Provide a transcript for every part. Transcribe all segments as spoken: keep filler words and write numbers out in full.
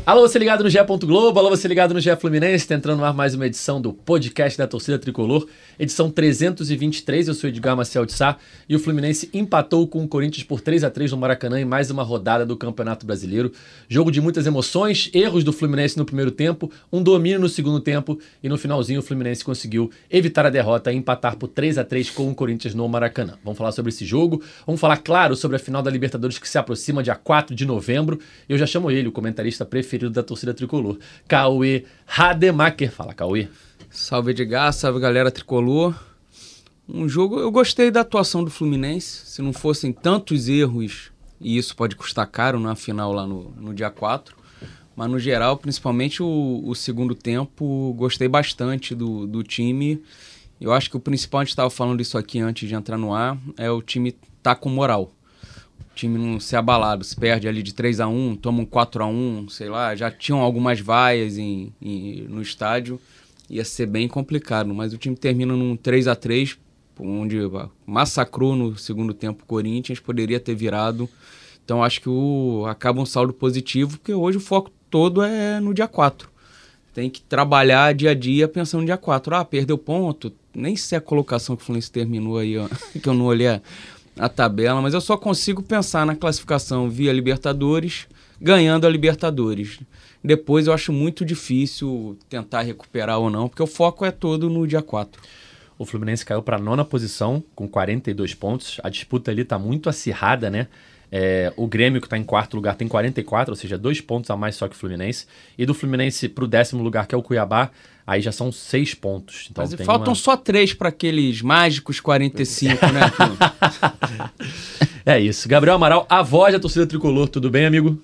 Alô, você ligado no G E. Globo, alô, você ligado no G E Fluminense, tá entrando no ar mais uma edição do podcast da Torcida Tricolor, edição trezentos e vinte e três, eu sou Edgar Maciel de Sá, e o Fluminense empatou com o Corinthians por três a três no Maracanã em mais uma rodada do Campeonato Brasileiro. Jogo de muitas emoções, erros do Fluminense no primeiro tempo, um domínio no segundo tempo, e no finalzinho o Fluminense conseguiu evitar a derrota e empatar por três a três com o Corinthians no Maracanã. Vamos falar sobre esse jogo, vamos falar, claro, sobre a final da Libertadores que se aproxima dia quatro de novembro. Eu já chamo ele, o comentarista preferido da torcida tricolor, Cauê Rademacher. Fala, Cauê. Salve, Edgar, salve, galera tricolor. Um jogo, eu gostei da atuação do Fluminense. Se não fossem tantos erros, e isso pode custar caro na final lá no, no dia quatro, mas no geral, principalmente o, o segundo tempo, gostei bastante do, do time. Eu acho que o principal, a gente estava falando isso aqui antes de entrar no ar, é o time tá com moral. O time não ser abalado, se perde ali de três a um, toma um quatro a um, sei lá, já tinham algumas vaias em, em, no estádio, ia ser bem complicado, mas o time termina num três a três, onde massacrou no segundo tempo o Corinthians, poderia ter virado, então acho que o, acaba um saldo positivo, porque hoje o foco todo é no dia quatro, tem que trabalhar dia a dia pensando no dia quatro, ah, perdeu ponto, nem sei a colocação que o Fluminense terminou aí, ó, que eu não olhei a... a tabela, mas eu só consigo pensar na classificação via Libertadores, ganhando a Libertadores. Depois eu acho muito difícil tentar recuperar ou não, porque o foco é todo no dia quatro. O Fluminense caiu para a nona posição, com quarenta e dois pontos. A disputa ali está muito acirrada, né? É, o Grêmio, que está em quarto lugar, tem quarenta e quatro, ou seja, dois pontos a mais só que o Fluminense. E do Fluminense para o décimo lugar, que é o Cuiabá, aí já são seis pontos. Então, mas tem faltam uma... só três para aqueles mágicos quarenta e cinco, né? É isso. Gabriel Amaral, a voz da torcida tricolor. Tudo bem, amigo?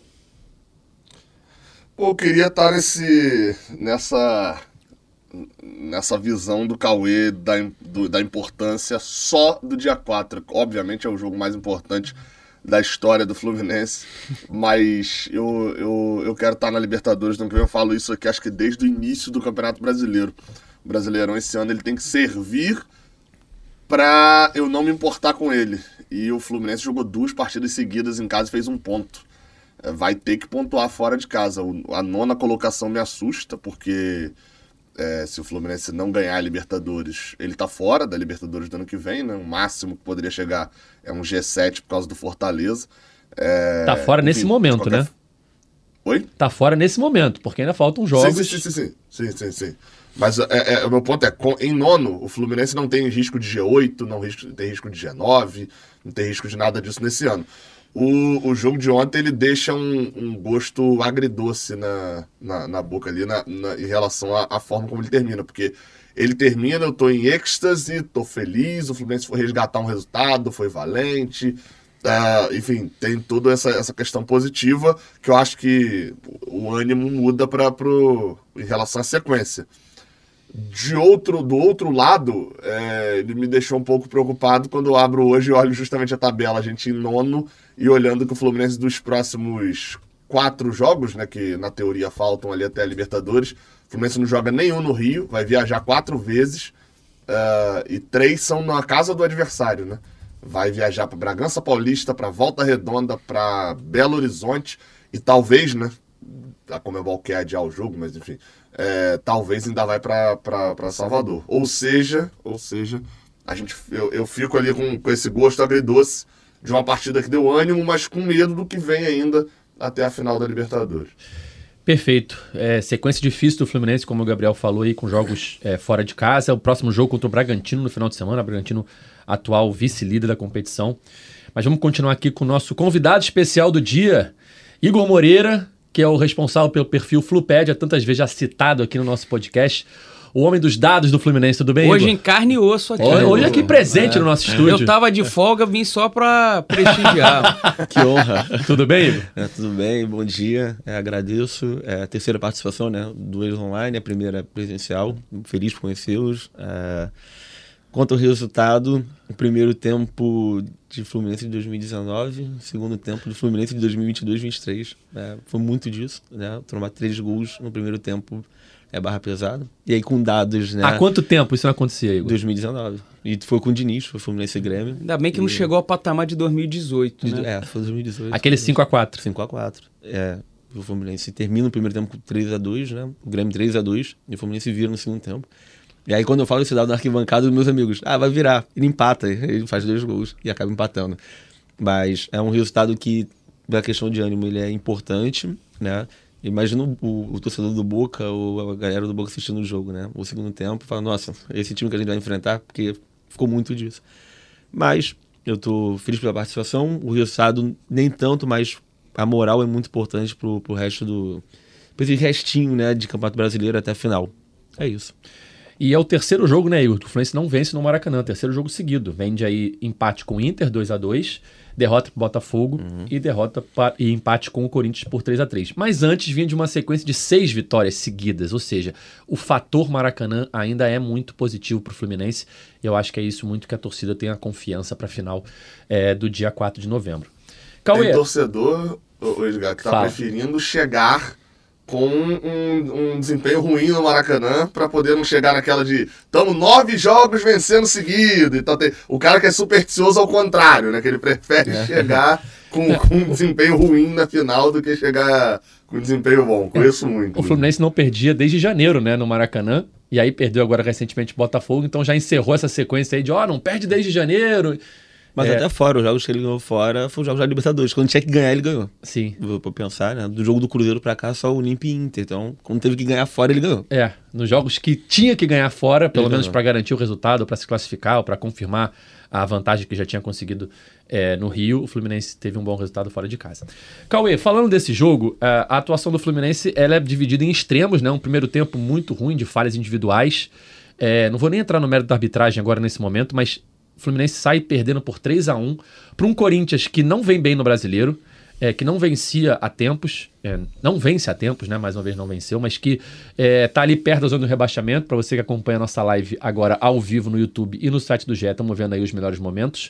Pô, eu queria estar nesse, nessa, nessa visão do Cauê da, do, da importância só do dia quatro. Obviamente é o jogo mais importante da história do Fluminense, mas eu, eu, eu quero estar na Libertadores, então que eu falo isso aqui, acho que desde o início do Campeonato Brasileiro. O Brasileirão esse ano ele tem que servir para eu não me importar com ele. E o Fluminense jogou duas partidas seguidas em casa e fez um ponto. Vai ter que pontuar fora de casa. A nona colocação me assusta, porque é, se o Fluminense não ganhar a Libertadores, ele tá fora da Libertadores do ano que vem, né? O máximo que poderia chegar é um G sete por causa do Fortaleza. É, tá fora enfim, nesse momento, qualquer... né? Oi? Tá fora nesse momento, porque ainda faltam jogos. Sim, sim, sim, sim, sim, sim, sim. Mas é, é, o meu ponto é, com, em nono, o Fluminense não tem risco de G oito, não risco, tem risco de G nove, não tem risco de nada disso nesse ano. O, o jogo de ontem, ele deixa um, um gosto agridoce na, na, na boca ali, na, na, em relação à, à forma como ele termina, porque ele termina, eu tô em êxtase, tô feliz, o Fluminense foi resgatar um resultado, foi valente, uh, enfim, tem toda essa, essa questão positiva, que eu acho que o ânimo muda pra, pro, em relação à sequência. De outro, do outro lado, é, ele me deixou um pouco preocupado quando eu abro hoje e olho justamente a tabela, a gente em nono, e olhando que o Fluminense dos próximos quatro jogos, né, que na teoria faltam ali até a Libertadores, o Fluminense não joga nenhum no Rio, vai viajar quatro vezes, uh, e três são na casa do adversário, né? Vai viajar para Bragança Paulista, para Volta Redonda, para Belo Horizonte, e talvez, né, a Conmebol quer adiar o jogo, mas enfim, é, talvez ainda vai para Salvador. Ou seja, ou seja, a gente, eu, eu fico ali com, com esse gosto agridoce de uma partida que deu ânimo, mas com medo do que vem ainda até a final da Libertadores. Perfeito. É, sequência difícil do Fluminense, como o Gabriel falou aí, com jogos é, fora de casa. O próximo jogo contra o Bragantino no final de semana. O Bragantino, atual vice-líder da competição. Mas vamos continuar aqui com o nosso convidado especial do dia, Igor Moreira, que é o responsável pelo perfil Flupédia, tantas vezes já citado aqui no nosso podcast. O homem dos dados do Fluminense, tudo bem, Hoje Igor? em carne e osso aqui. Hoje, hoje aqui presente é. no nosso estúdio. Eu tava de folga, vim só pra prestigiar. Que honra. Tudo bem, Igor? É, tudo bem, bom dia. É, agradeço. É, a terceira participação, né? Duas online, a primeira presencial. Feliz por conhecê-los. É, quanto ao resultado, o primeiro tempo de Fluminense de dois mil e dezenove, o segundo tempo de Fluminense de dois mil e vinte e dois, vinte e três. É, foi muito disso, né? Tomar três gols no primeiro tempo é barra pesada. E aí com dados, né? Há quanto tempo isso não acontecia, Igor? dois mil e dezenove. E foi com o Diniz, foi Fluminense e Grêmio. Ainda bem que e... não chegou ao patamar de dois mil e dezoito, né? É, foi dois mil e dezoito. Aquele cinco a quatro. cinco a quatro. É, O Fluminense termina o primeiro tempo com três a dois, né? O Grêmio três a dois, e o Fluminense vira no segundo tempo. E aí quando eu falo esse dado na arquibancada, os meus amigos, ah, vai virar. Ele empata, ele faz dois gols e acaba empatando. Mas é um resultado que, da questão de ânimo, ele é importante, né? Imagina o, o torcedor do Boca ou a galera do Boca assistindo o jogo, né? O segundo tempo, fala, nossa, esse time que a gente vai enfrentar, porque ficou muito disso. Mas eu tô feliz pela participação, o resultado nem tanto, mas a moral é muito importante pro, pro resto do... Pra esse restinho, né, de Campeonato Brasileiro até a final. É isso. E é o terceiro jogo, né, Igor? O Fluminense não vence no Maracanã, terceiro jogo seguido. Vem de aí empate com o Inter, dois a dois, derrota pro Botafogo uhum. e derrota pa... e empate com o Corinthians por três a três. Mas antes vinha de uma sequência de seis vitórias seguidas, ou seja, o fator Maracanã ainda é muito positivo pro Fluminense. E eu acho que é isso muito que a torcida tem a confiança para a final é, do dia quatro de novembro. Cauê. Tem torcedor, ô Edgar, que tá Fala. preferindo chegar com um, um desempenho ruim no Maracanã para poder não chegar naquela de estamos nove jogos vencendo seguido. Então tem o cara que é supersticioso ao contrário, né? Que ele prefere é. chegar com, com um desempenho ruim na final do que chegar com um desempenho bom. Conheço muito. O Fluminense não perdia desde janeiro, né, no Maracanã. E aí perdeu agora recentemente o Botafogo. Então já encerrou essa sequência aí de, ó, oh, não perde desde janeiro. Mas é. até fora, os jogos que ele ganhou fora foram os jogos da Libertadores. Quando tinha que ganhar, ele ganhou. Sim. Vou pensar, né? Do jogo do Cruzeiro pra cá, só o Olímpia e Inter. Então, quando teve que ganhar fora, ele ganhou. É, nos jogos que tinha que ganhar fora, pelo ele menos ganhou. Pra garantir o resultado, pra se classificar, ou pra confirmar a vantagem que já tinha conseguido é, no Rio, o Fluminense teve um bom resultado fora de casa. Cauê, falando desse jogo, a atuação do Fluminense ela é dividida em extremos, né? Um primeiro tempo muito ruim de falhas individuais. É, não vou nem entrar no mérito da arbitragem agora nesse momento, mas o Fluminense sai perdendo por três a um para um Corinthians que não vem bem no Brasileiro, é, que não vencia há tempos, é, não vence há tempos, né? Mais uma vez não venceu, mas que é, tá ali perto da zona do rebaixamento. Para você que acompanha a nossa live agora ao vivo no YouTube e no site do G E, estamos vendo aí os melhores momentos.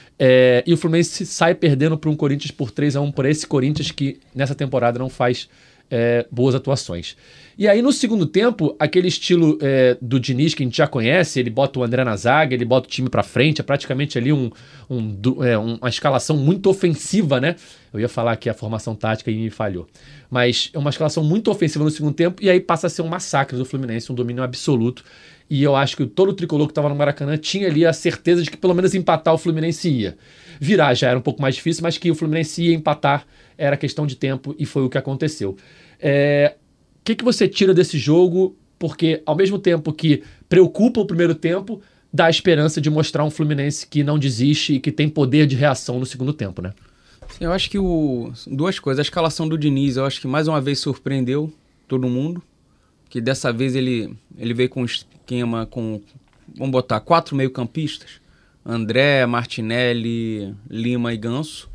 É, e o Fluminense sai perdendo para um Corinthians por três a um, por esse Corinthians que nessa temporada não faz é, boas atuações. E aí no segundo tempo, aquele estilo é, do Diniz que a gente já conhece, ele bota o André na zaga, ele bota o time pra frente, é praticamente ali um, um, é, uma escalação muito ofensiva, né? Eu ia falar aqui a formação tática e me falhou. Mas é uma escalação muito ofensiva no segundo tempo e aí passa a ser um massacre do Fluminense, um domínio absoluto. E eu acho que todo o tricolor que estava no Maracanã tinha ali a certeza de que pelo menos empatar o Fluminense ia. Virar já era um pouco mais difícil, mas que o Fluminense ia empatar era questão de tempo e foi o que aconteceu. É... O que, que você tira desse jogo? Porque, ao mesmo tempo que preocupa o primeiro tempo, dá a esperança de mostrar um Fluminense que não desiste e que tem poder de reação no segundo tempo, né? Sim, eu acho que o... duas coisas. A escalação do Diniz, eu acho que mais uma vez surpreendeu todo mundo. Que dessa vez ele, ele veio com um esquema com, vamos botar, quatro meio-campistas. André, Martinelli, Lima e Ganso.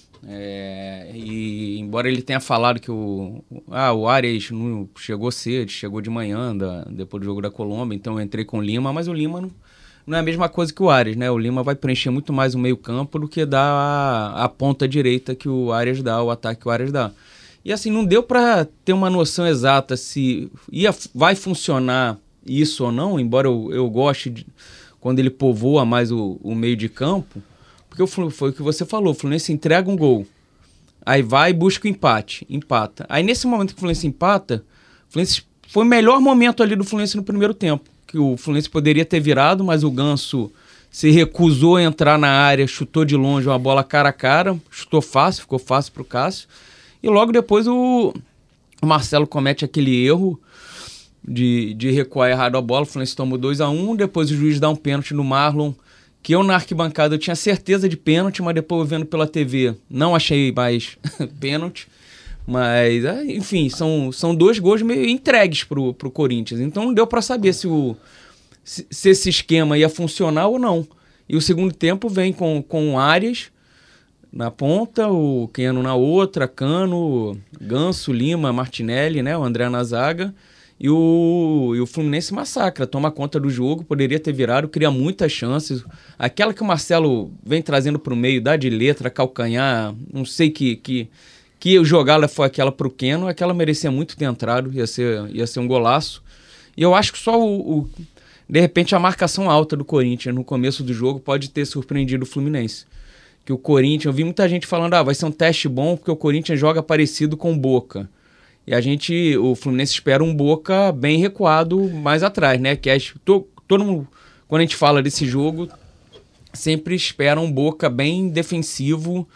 É, e embora ele tenha falado que o, ah, o Arias não chegou cedo, chegou de manhã da, depois do jogo da Colômbia, então eu entrei com o Lima, mas o Lima não, não é a mesma coisa que o Arias, né? O Lima vai preencher muito mais o meio campo do que dá a, a ponta direita que o Arias dá, o ataque que o Arias dá. E assim, não deu para ter uma noção exata se ia, vai funcionar isso ou não, embora eu, eu goste de, quando ele povoa mais o, o meio de campo. Porque foi o que você falou, o Fluminense entrega um gol, aí vai e busca o empate, empata. Aí nesse momento que o Fluminense empata, o Fluminense, foi o melhor momento ali do Fluminense no primeiro tempo, que o Fluminense poderia ter virado, mas o Ganso se recusou a entrar na área, chutou de longe uma bola cara a cara, chutou fácil, ficou fácil para o Cássio. E logo depois o, o Marcelo comete aquele erro de, de recuar errado a bola, o Fluminense toma dois a um, depois o juiz dá um pênalti no Marlon, que eu na arquibancada eu tinha certeza de pênalti, mas depois eu vendo pela T V não achei mais pênalti. Mas, enfim, são, são dois gols meio entregues pro, pro Corinthians. Então não deu para saber se, o, se, se esse esquema ia funcionar ou não. E o segundo tempo vem com, com o Arias na ponta, o Keno na outra, Cano, Ganso, Lima, Martinelli, né, o André na zaga. E o, e o Fluminense massacra, toma conta do jogo, poderia ter virado, cria muitas chances. Aquela que o Marcelo vem trazendo para o meio, dá de letra, calcanhar, não sei que, que, que jogada foi aquela para o Keno, aquela merecia muito ter entrado, ia ser, ia ser um golaço. E eu acho que só o, o, de repente a marcação alta do Corinthians no começo do jogo pode ter surpreendido o Fluminense. Que o Corinthians, eu vi muita gente falando, ah, vai ser um teste bom porque o Corinthians joga parecido com o Boca. E a gente, o Fluminense espera um Boca bem recuado mais atrás, né? Que é, to, todo mundo, quando a gente fala desse jogo, sempre espera um Boca bem defensivo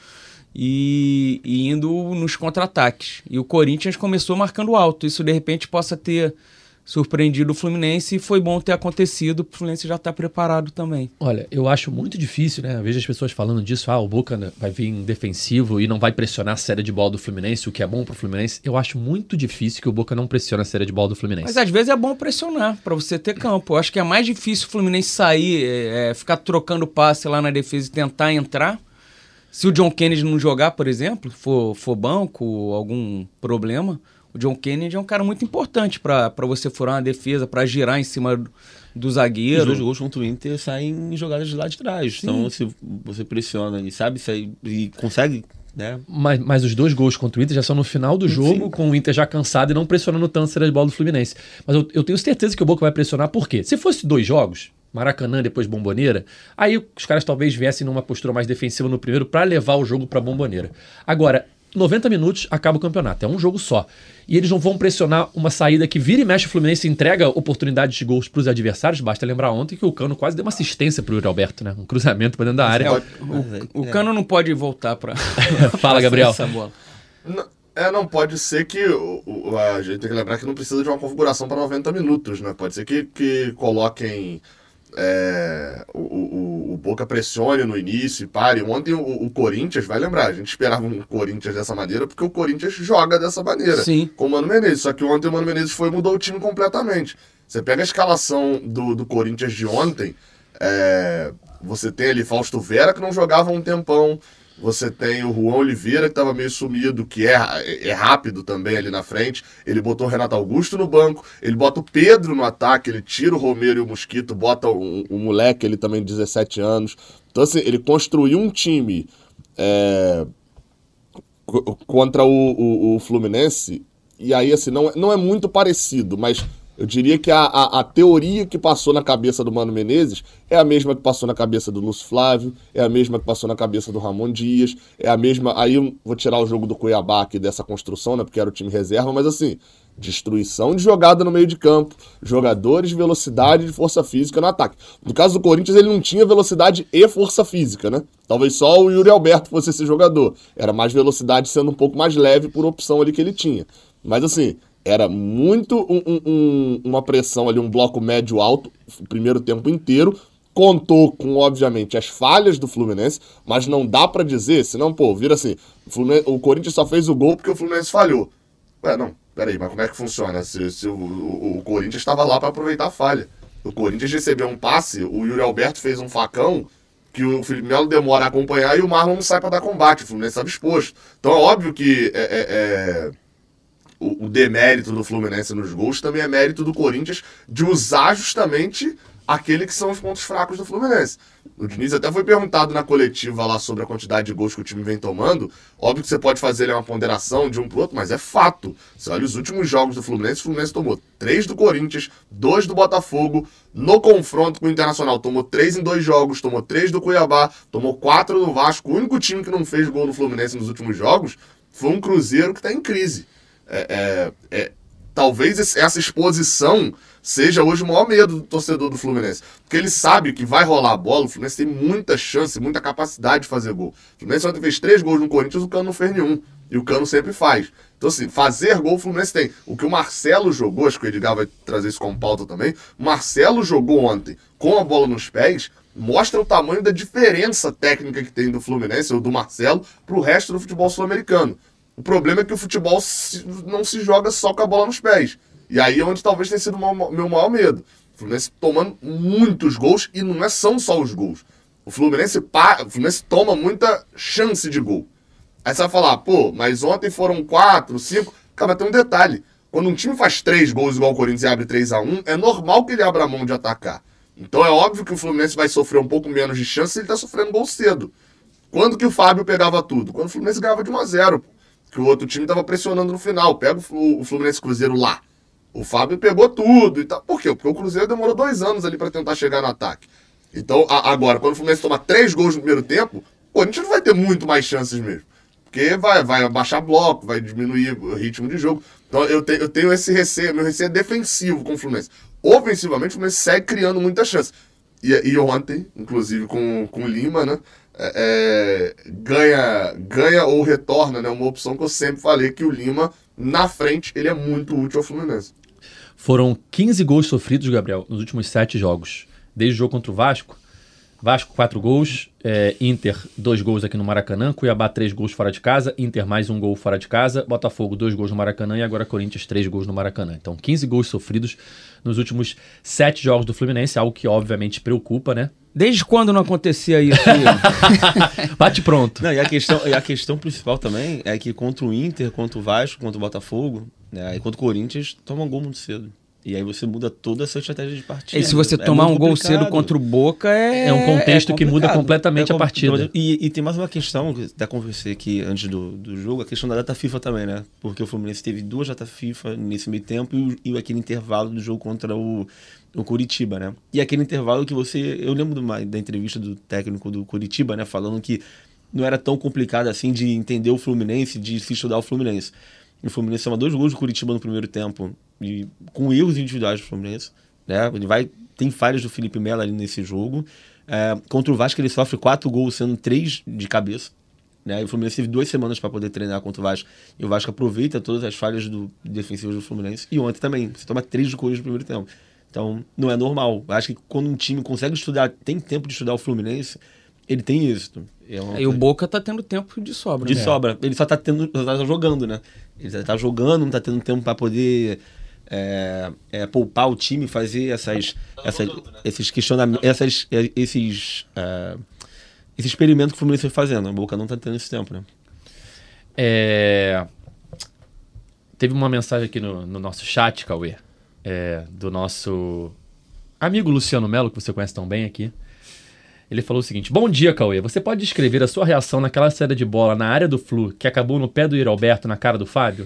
e, e indo nos contra-ataques. E o Corinthians começou marcando alto. Isso, de repente, possa ter surpreendido o Fluminense, e foi bom ter acontecido, o Fluminense já está preparado também. Olha, eu acho muito difícil, né? Eu vejo as pessoas falando disso, ah, o Boca vai vir defensivo e não vai pressionar a série de bola do Fluminense, o que é bom pro Fluminense. Eu acho muito difícil que o Boca não pressione a série de bola do Fluminense. Mas às vezes é bom pressionar, para você ter campo. Eu acho que é mais difícil o Fluminense sair, é, ficar trocando passe lá na defesa e tentar entrar. Se o John Kennedy não jogar, por exemplo, for, for banco, algum problema, o John Kennedy é um cara muito importante para você furar uma defesa, para girar em cima do, do zagueiro. Os dois gols contra o Inter saem em jogadas de lá de trás. Sim. Então, se você pressiona e sabe sair, e consegue, né? Mas, mas os dois gols contra o Inter já são no final do jogo, sim, com o Inter já cansado e não pressionando tanto a série de bola do Fluminense. Mas eu, eu tenho certeza que o Boca vai pressionar, por quê? Se fosse dois jogos, Maracanã depois Bomboneira, aí os caras talvez viessem numa postura mais defensiva no primeiro para levar o jogo para Bomboneira. Agora, noventa minutos, acaba o campeonato. É um jogo só. E eles não vão pressionar uma saída que vira e mexe o Fluminense e entrega oportunidades de gols para os adversários. Basta lembrar ontem que o Cano quase deu uma assistência para o Yuri Alberto, né? Um cruzamento para dentro da área. É, o, o, o Cano não pode voltar para... Fala, Gabriel. Essa bola. Não, é, não pode ser que... O, o, a gente tem que lembrar que não precisa de uma configuração para noventa minutos, né? Pode ser que, que coloquem... É, o, o, o Boca pressione no início e pare. Ontem o, o Corinthians, vai lembrar, a gente esperava um Corinthians dessa maneira porque o Corinthians joga dessa maneira, sim, com o Mano Menezes. Só que ontem o Mano Menezes foi e mudou o time completamente. Você pega a escalação do, do Corinthians de ontem, é, você tem ali Fausto Vera, que não jogava há um tempão. Você tem o Juan Oliveira, que estava meio sumido, que é, é rápido também ali na frente. Ele botou o Renato Augusto no banco. Ele bota o Pedro no ataque. Ele tira o Romero e o Mosquito. Bota o, o moleque, ele também de dezessete anos. Então, assim, ele construiu um time é, contra o, o, o Fluminense. E aí, assim, não, não é muito parecido, mas... Eu diria que a, a, a teoria que passou na cabeça do Mano Menezes é a mesma que passou na cabeça do Lúcio Flávio, é a mesma que passou na cabeça do Ramon Dias, é a mesma... Aí eu vou tirar o jogo do Cuiabá aqui dessa construção, né, porque era o time reserva, mas assim, destruição de jogada no meio de campo, jogadores de velocidade e força física no ataque. No caso do Corinthians, ele não tinha velocidade e força física, né? Talvez só o Yuri Alberto fosse esse jogador. Era mais velocidade sendo um pouco mais leve por opção ali que ele tinha. Mas assim... Era muito um, um, uma pressão ali, um bloco médio-alto, o primeiro tempo inteiro. Contou com, obviamente, as falhas do Fluminense, mas não dá pra dizer, senão, pô, vira assim, o, o Corinthians só fez o gol porque o Fluminense falhou. Ué, não, peraí, mas como é que funciona? Se, se o, o, o Corinthians estava lá pra aproveitar a falha. O Corinthians recebeu um passe, o Yuri Alberto fez um facão, que o Felipe Melo demora a acompanhar e o Marlon não sai pra dar combate, o Fluminense estava exposto. Então é óbvio que... É, é, é... o demérito do Fluminense nos gols também é mérito do Corinthians de usar justamente aquele que são os pontos fracos do Fluminense. O Diniz até foi perguntado na coletiva lá sobre a quantidade de gols que o time vem tomando. Óbvio que você pode fazer uma ponderação de um pro outro, mas é fato. Você olha os últimos jogos do Fluminense, o Fluminense tomou três do Corinthians, dois do Botafogo. No confronto com o Internacional, tomou três em dois jogos, tomou três do Cuiabá, tomou quatro do Vasco. O único time que não fez gol no Fluminense nos últimos jogos foi um Cruzeiro que está em crise. É, é, é, talvez essa exposição seja hoje o maior medo do torcedor do Fluminense, porque ele sabe que vai rolar a bola, o Fluminense tem muita chance, muita capacidade de fazer gol. O Fluminense ontem fez três gols no Corinthians, o Cano não fez nenhum, e o Cano sempre faz. Então assim, fazer gol o Fluminense tem. O que o Marcelo jogou, acho que o Edgar vai trazer isso como pauta também, o Marcelo jogou ontem com a bola nos pés, mostra o tamanho da diferença técnica que tem do Fluminense, ou do Marcelo, pro resto do futebol sul-americano. O problema é que o futebol não se joga só com a bola nos pés. E aí é onde talvez tenha sido o meu maior medo. O Fluminense tomando muitos gols, e não é, são só os gols. O Fluminense, o Fluminense toma muita chance de gol. Aí você vai falar, pô, mas ontem foram quatro, cinco... Cara, tem um detalhe. Quando um time faz três gols igual o Corinthians e abre três a um, é normal que ele abra a mão de atacar. Então é óbvio que o Fluminense vai sofrer um pouco menos de chance se ele tá sofrendo gol cedo. Quando que o Fábio pegava tudo? Quando o Fluminense ganhava de um a zero, que o outro time estava pressionando no final. Pega o Fluminense Cruzeiro lá. O Fábio pegou tudo e tal. Por quê? Porque o Cruzeiro demorou dois anos ali para tentar chegar no ataque. Então, a, agora, quando o Fluminense toma três gols no primeiro tempo, o Corinthians não vai ter muito mais chances mesmo. Porque vai, vai baixar bloco, vai diminuir o ritmo de jogo. Então eu, te, eu tenho esse receio, meu receio é defensivo com o Fluminense. Ofensivamente, o Fluminense segue criando muita chance. E, e ontem, inclusive com, com o Lima, né? É, ganha, ganha ou retorna, né? Uma opção que eu sempre falei, que o Lima, na frente, ele é muito útil ao Fluminense. Foram quinze gols sofridos, Gabriel, nos últimos sete jogos. Desde o jogo contra o Vasco. Vasco, quatro gols. É, Inter, dois gols aqui no Maracanã. Cuiabá, três gols fora de casa. Inter, mais um gol fora de casa. Botafogo, dois gols no Maracanã. E agora Corinthians, três gols no Maracanã. Então, quinze gols sofridos nos últimos sete jogos do Fluminense. Algo que, obviamente, preocupa, né? Desde quando não acontecia isso? Bate pronto. Não, e, a questão, e a questão principal também é que contra o Inter, contra o Vasco, contra o Botafogo, né, e contra o Corinthians, toma um gol muito cedo. E aí você muda toda essa estratégia de partida. E se você é tomar um gol complicado. cedo contra o Boca, é É um contexto é que muda completamente É a partida. E, e tem mais uma questão, que até conversei aqui antes do, do jogo, a questão da data FIFA também, né? Porque o Fluminense teve duas datas FIFA nesse meio tempo e, e aquele intervalo do jogo contra o, o Coritiba, né? E aquele intervalo que você... Eu lembro de uma, da entrevista do técnico do Coritiba, né? Falando que não era tão complicado assim de entender o Fluminense, de se estudar o Fluminense. O Fluminense toma dois gols do Coritiba no primeiro tempo, e com erros individuais do Fluminense, né? Ele vai, tem falhas do Felipe Melo ali nesse jogo. É, contra o Vasco ele sofre quatro gols, sendo três de cabeça, né? E o Fluminense teve duas semanas para poder treinar contra o Vasco. E o Vasco aproveita todas as falhas do, defensivas do Fluminense. E ontem também, você toma três de Corinthians no primeiro tempo. Então, não é normal. Eu acho que quando um time consegue estudar, tem tempo de estudar o Fluminense, ele tem êxito. É uma... E o Boca tá tendo tempo de sobra. De né? sobra. Ele só tá, tendo, só tá jogando, né? Ele já tá jogando, não tá tendo tempo para poder é, é, poupar o time, fazer essas, essas, esses questionamentos, essas, esses, uh, esse experimento que o Fluminense foi fazendo. A Boca não tá tendo esse tempo, né? É... Teve uma mensagem aqui no, no nosso chat, Cauê, é, do nosso amigo Luciano Melo, que você conhece tão bem aqui. Ele falou o seguinte: bom dia, Cauê. Você pode descrever a sua reação naquela saída de bola na área do Flu que acabou no pé do Yuri Alberto na cara do Fábio?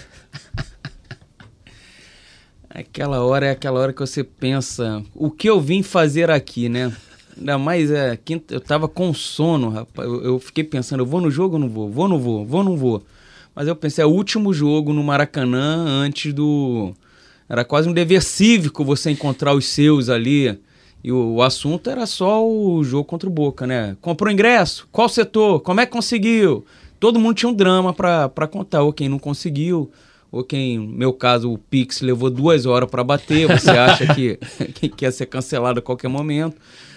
Aquela hora é aquela hora que você pensa, o que eu vim fazer aqui, né? Ainda mais, é, quinta, eu tava com sono, rapaz. Eu, eu fiquei pensando, eu vou no jogo ou não vou? Vou ou não vou? Vou ou não vou? Mas eu pensei, é o último jogo no Maracanã antes do... Era quase um dever cívico você encontrar os seus ali. E o, o assunto era só o jogo contra o Boca, né? Comprou ingresso? Qual setor? Como é que conseguiu? Todo mundo tinha um drama pra, pra contar. Ou quem não conseguiu, ou quem, no meu caso, o Pix levou duas horas pra bater. Você acha que, que ia ser cancelado a qualquer momento.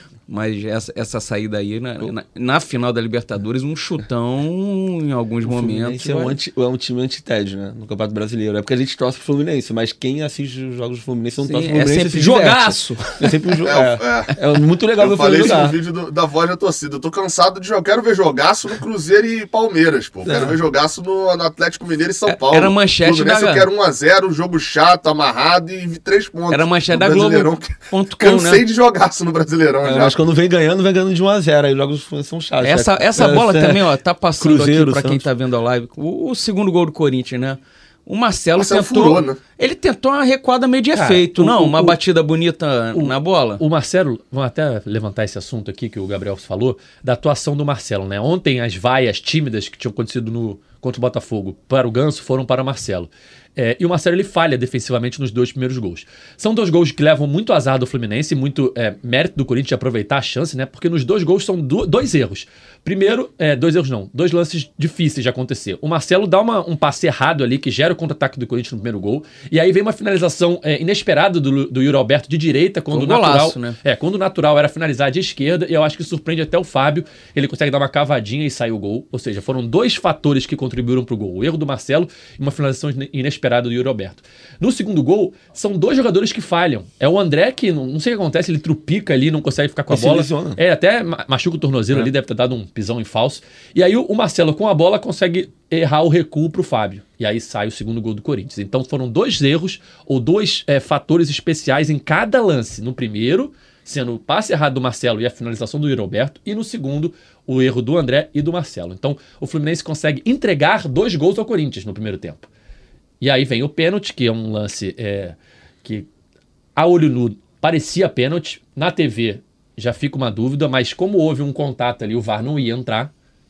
Mas essa, essa saída aí, na, na, na final da Libertadores, um chutão em alguns o momentos. É um, anti, é um time anti-tédio, né? No Campeonato Brasileiro. É porque a gente torce pro Fluminense, mas quem assiste os jogos do Fluminense não Sim, torce pro é Fluminense. sempre jogaço! É sempre um jogo. É, É, é muito legal ver Eu o Fluminense falei isso jogar. no vídeo do, da voz da torcida. Eu tô cansado de jogar. Quero ver jogaço no Cruzeiro e Palmeiras, pô. Quero É. ver jogaço no, no Atlético Mineiro e São É, Paulo. era manchete Fluminense da- eu quero um a zero, jogo chato, amarrado e três pontos. Era manchete No da Brasileirão, Globo ponto com, Cansei né? de jogaço no Brasileirão É, já. mas quando vem ganhando, vem ganhando de um a zero. Aí os jogos do Fluminense são chatos. Essa, né? essa É, bola é, também, ó, tá passando Cruzeiro, aqui pra quem Santos. tá vendo a live. O, o segundo gol do Corinthians, né? O Marcelo, Marcelo tentou... furou, né? Ele tentou uma recuada meio de Cara, efeito, o- não? o- Uma o- batida bonita o- na bola. O Marcelo, vamos até levantar esse assunto aqui que o Gabriel falou, da atuação do Marcelo, né? Ontem as vaias tímidas que tinham acontecido no, contra o Botafogo para o Ganso foram para o Marcelo. É, e o Marcelo ele falha defensivamente nos dois primeiros gols. São dois gols que levam muito azar do Fluminense, muito é, mérito do Corinthians de aproveitar a chance, né? Porque nos dois gols são do, dois erros. Primeiro, é, dois erros não, dois lances difíceis de acontecer. O Marcelo dá uma, um passe errado ali que gera o contra-ataque do Corinthians no primeiro gol. E aí vem uma finalização é, inesperada do, do Yuri Alberto de direita, quando Foi o um natural. golaço, né? É, quando o natural era finalizar de esquerda, e eu acho que surpreende até o Fábio. Ele consegue dar uma cavadinha e sair o gol. Ou seja, foram dois fatores que contribuíram pro gol: o erro do Marcelo e uma finalização inesperada do Yuri Alberto. No segundo gol, são dois jogadores que falham. É o André que, não, não sei o que acontece, ele trupica ali, não consegue ficar com a Ele se bola. lesiona. É, até ma- machuca o tornozelo É. ali, deve ter dado um pisão em falso. E aí o, o Marcelo com a bola consegue errar o recuo pro Fábio. E aí sai o segundo gol do Corinthians. Então foram dois erros ou dois é, fatores especiais em cada lance. No primeiro, sendo o passe errado do Marcelo e a finalização do Yuri Alberto. E no segundo, o erro do André e do Marcelo. Então o Fluminense consegue entregar dois gols ao Corinthians no primeiro tempo. E aí vem o pênalti, que é um lance é, que a olho nu parecia pênalti. Na T V já fica uma dúvida, mas como houve um contato ali, o V A R não ia entrar.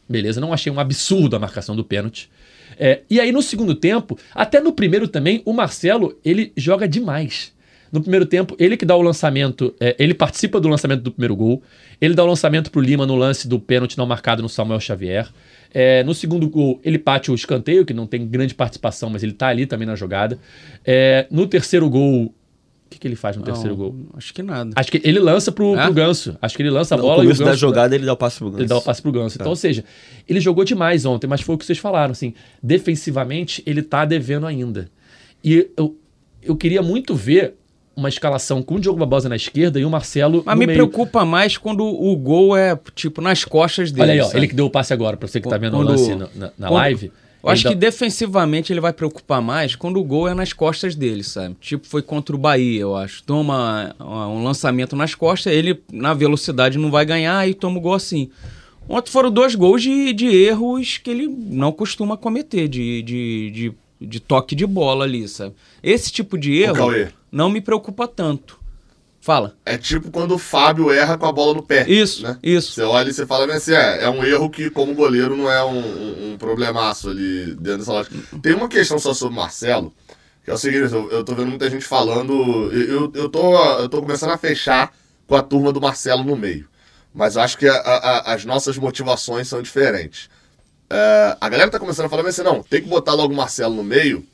Beleza, não achei um absurdo a marcação do pênalti. É, e aí no segundo tempo, até no primeiro também, o Marcelo, ele joga demais. No primeiro tempo, ele que dá o lançamento, é, ele participa do lançamento do primeiro gol, ele dá o lançamento pro Lima no lance do pênalti não marcado no Samuel Xavier. É, no segundo gol, ele bate o escanteio, que não tem grande participação, mas ele tá ali também na jogada. É, no terceiro gol, o que, que ele faz no não, terceiro gol? Acho que nada. Acho que ele lança pro, é? pro Ganso. Acho que ele lança a bola no começo e o Ganso da jogada ele dá o passe pro Ganso. Ele dá o passe pro Ganso. Então, é. ou seja, ele jogou demais ontem, mas foi o que vocês falaram, assim, defensivamente ele tá devendo ainda. E eu, eu queria muito ver uma escalação com o Diogo Barbosa na esquerda e o Marcelo Mas no me meio. preocupa mais quando o gol é, tipo, nas costas dele. Olha aí, ó, sabe? ele que deu o passe agora, pra você que tá vendo quando, o lance na, na, na quando, live. Eu acho dá... que defensivamente ele vai preocupar mais quando o gol é nas costas dele, sabe? Tipo, foi contra o Bahia, eu acho. Toma um lançamento nas costas, ele na velocidade não vai ganhar e toma o gol assim. Ontem foram dois gols de, de erros que ele não costuma cometer, de, de, de, de toque de bola ali, sabe? Esse tipo de erro não me preocupa tanto. Fala. É tipo quando o Fábio erra com a bola no pé. Isso, né? isso. Você olha e você fala assim, é, é um erro que como goleiro não é um, um, um problemaço ali dentro dessa lógica. Tem uma questão só sobre o Marcelo, que é o seguinte, eu, eu tô vendo muita gente falando, eu, eu, tô, eu tô começando a fechar com a turma do Marcelo no meio, mas eu acho que a, a, as nossas motivações são diferentes. É, a galera tá começando a falar assim, não, tem que botar logo o Marcelo no meio,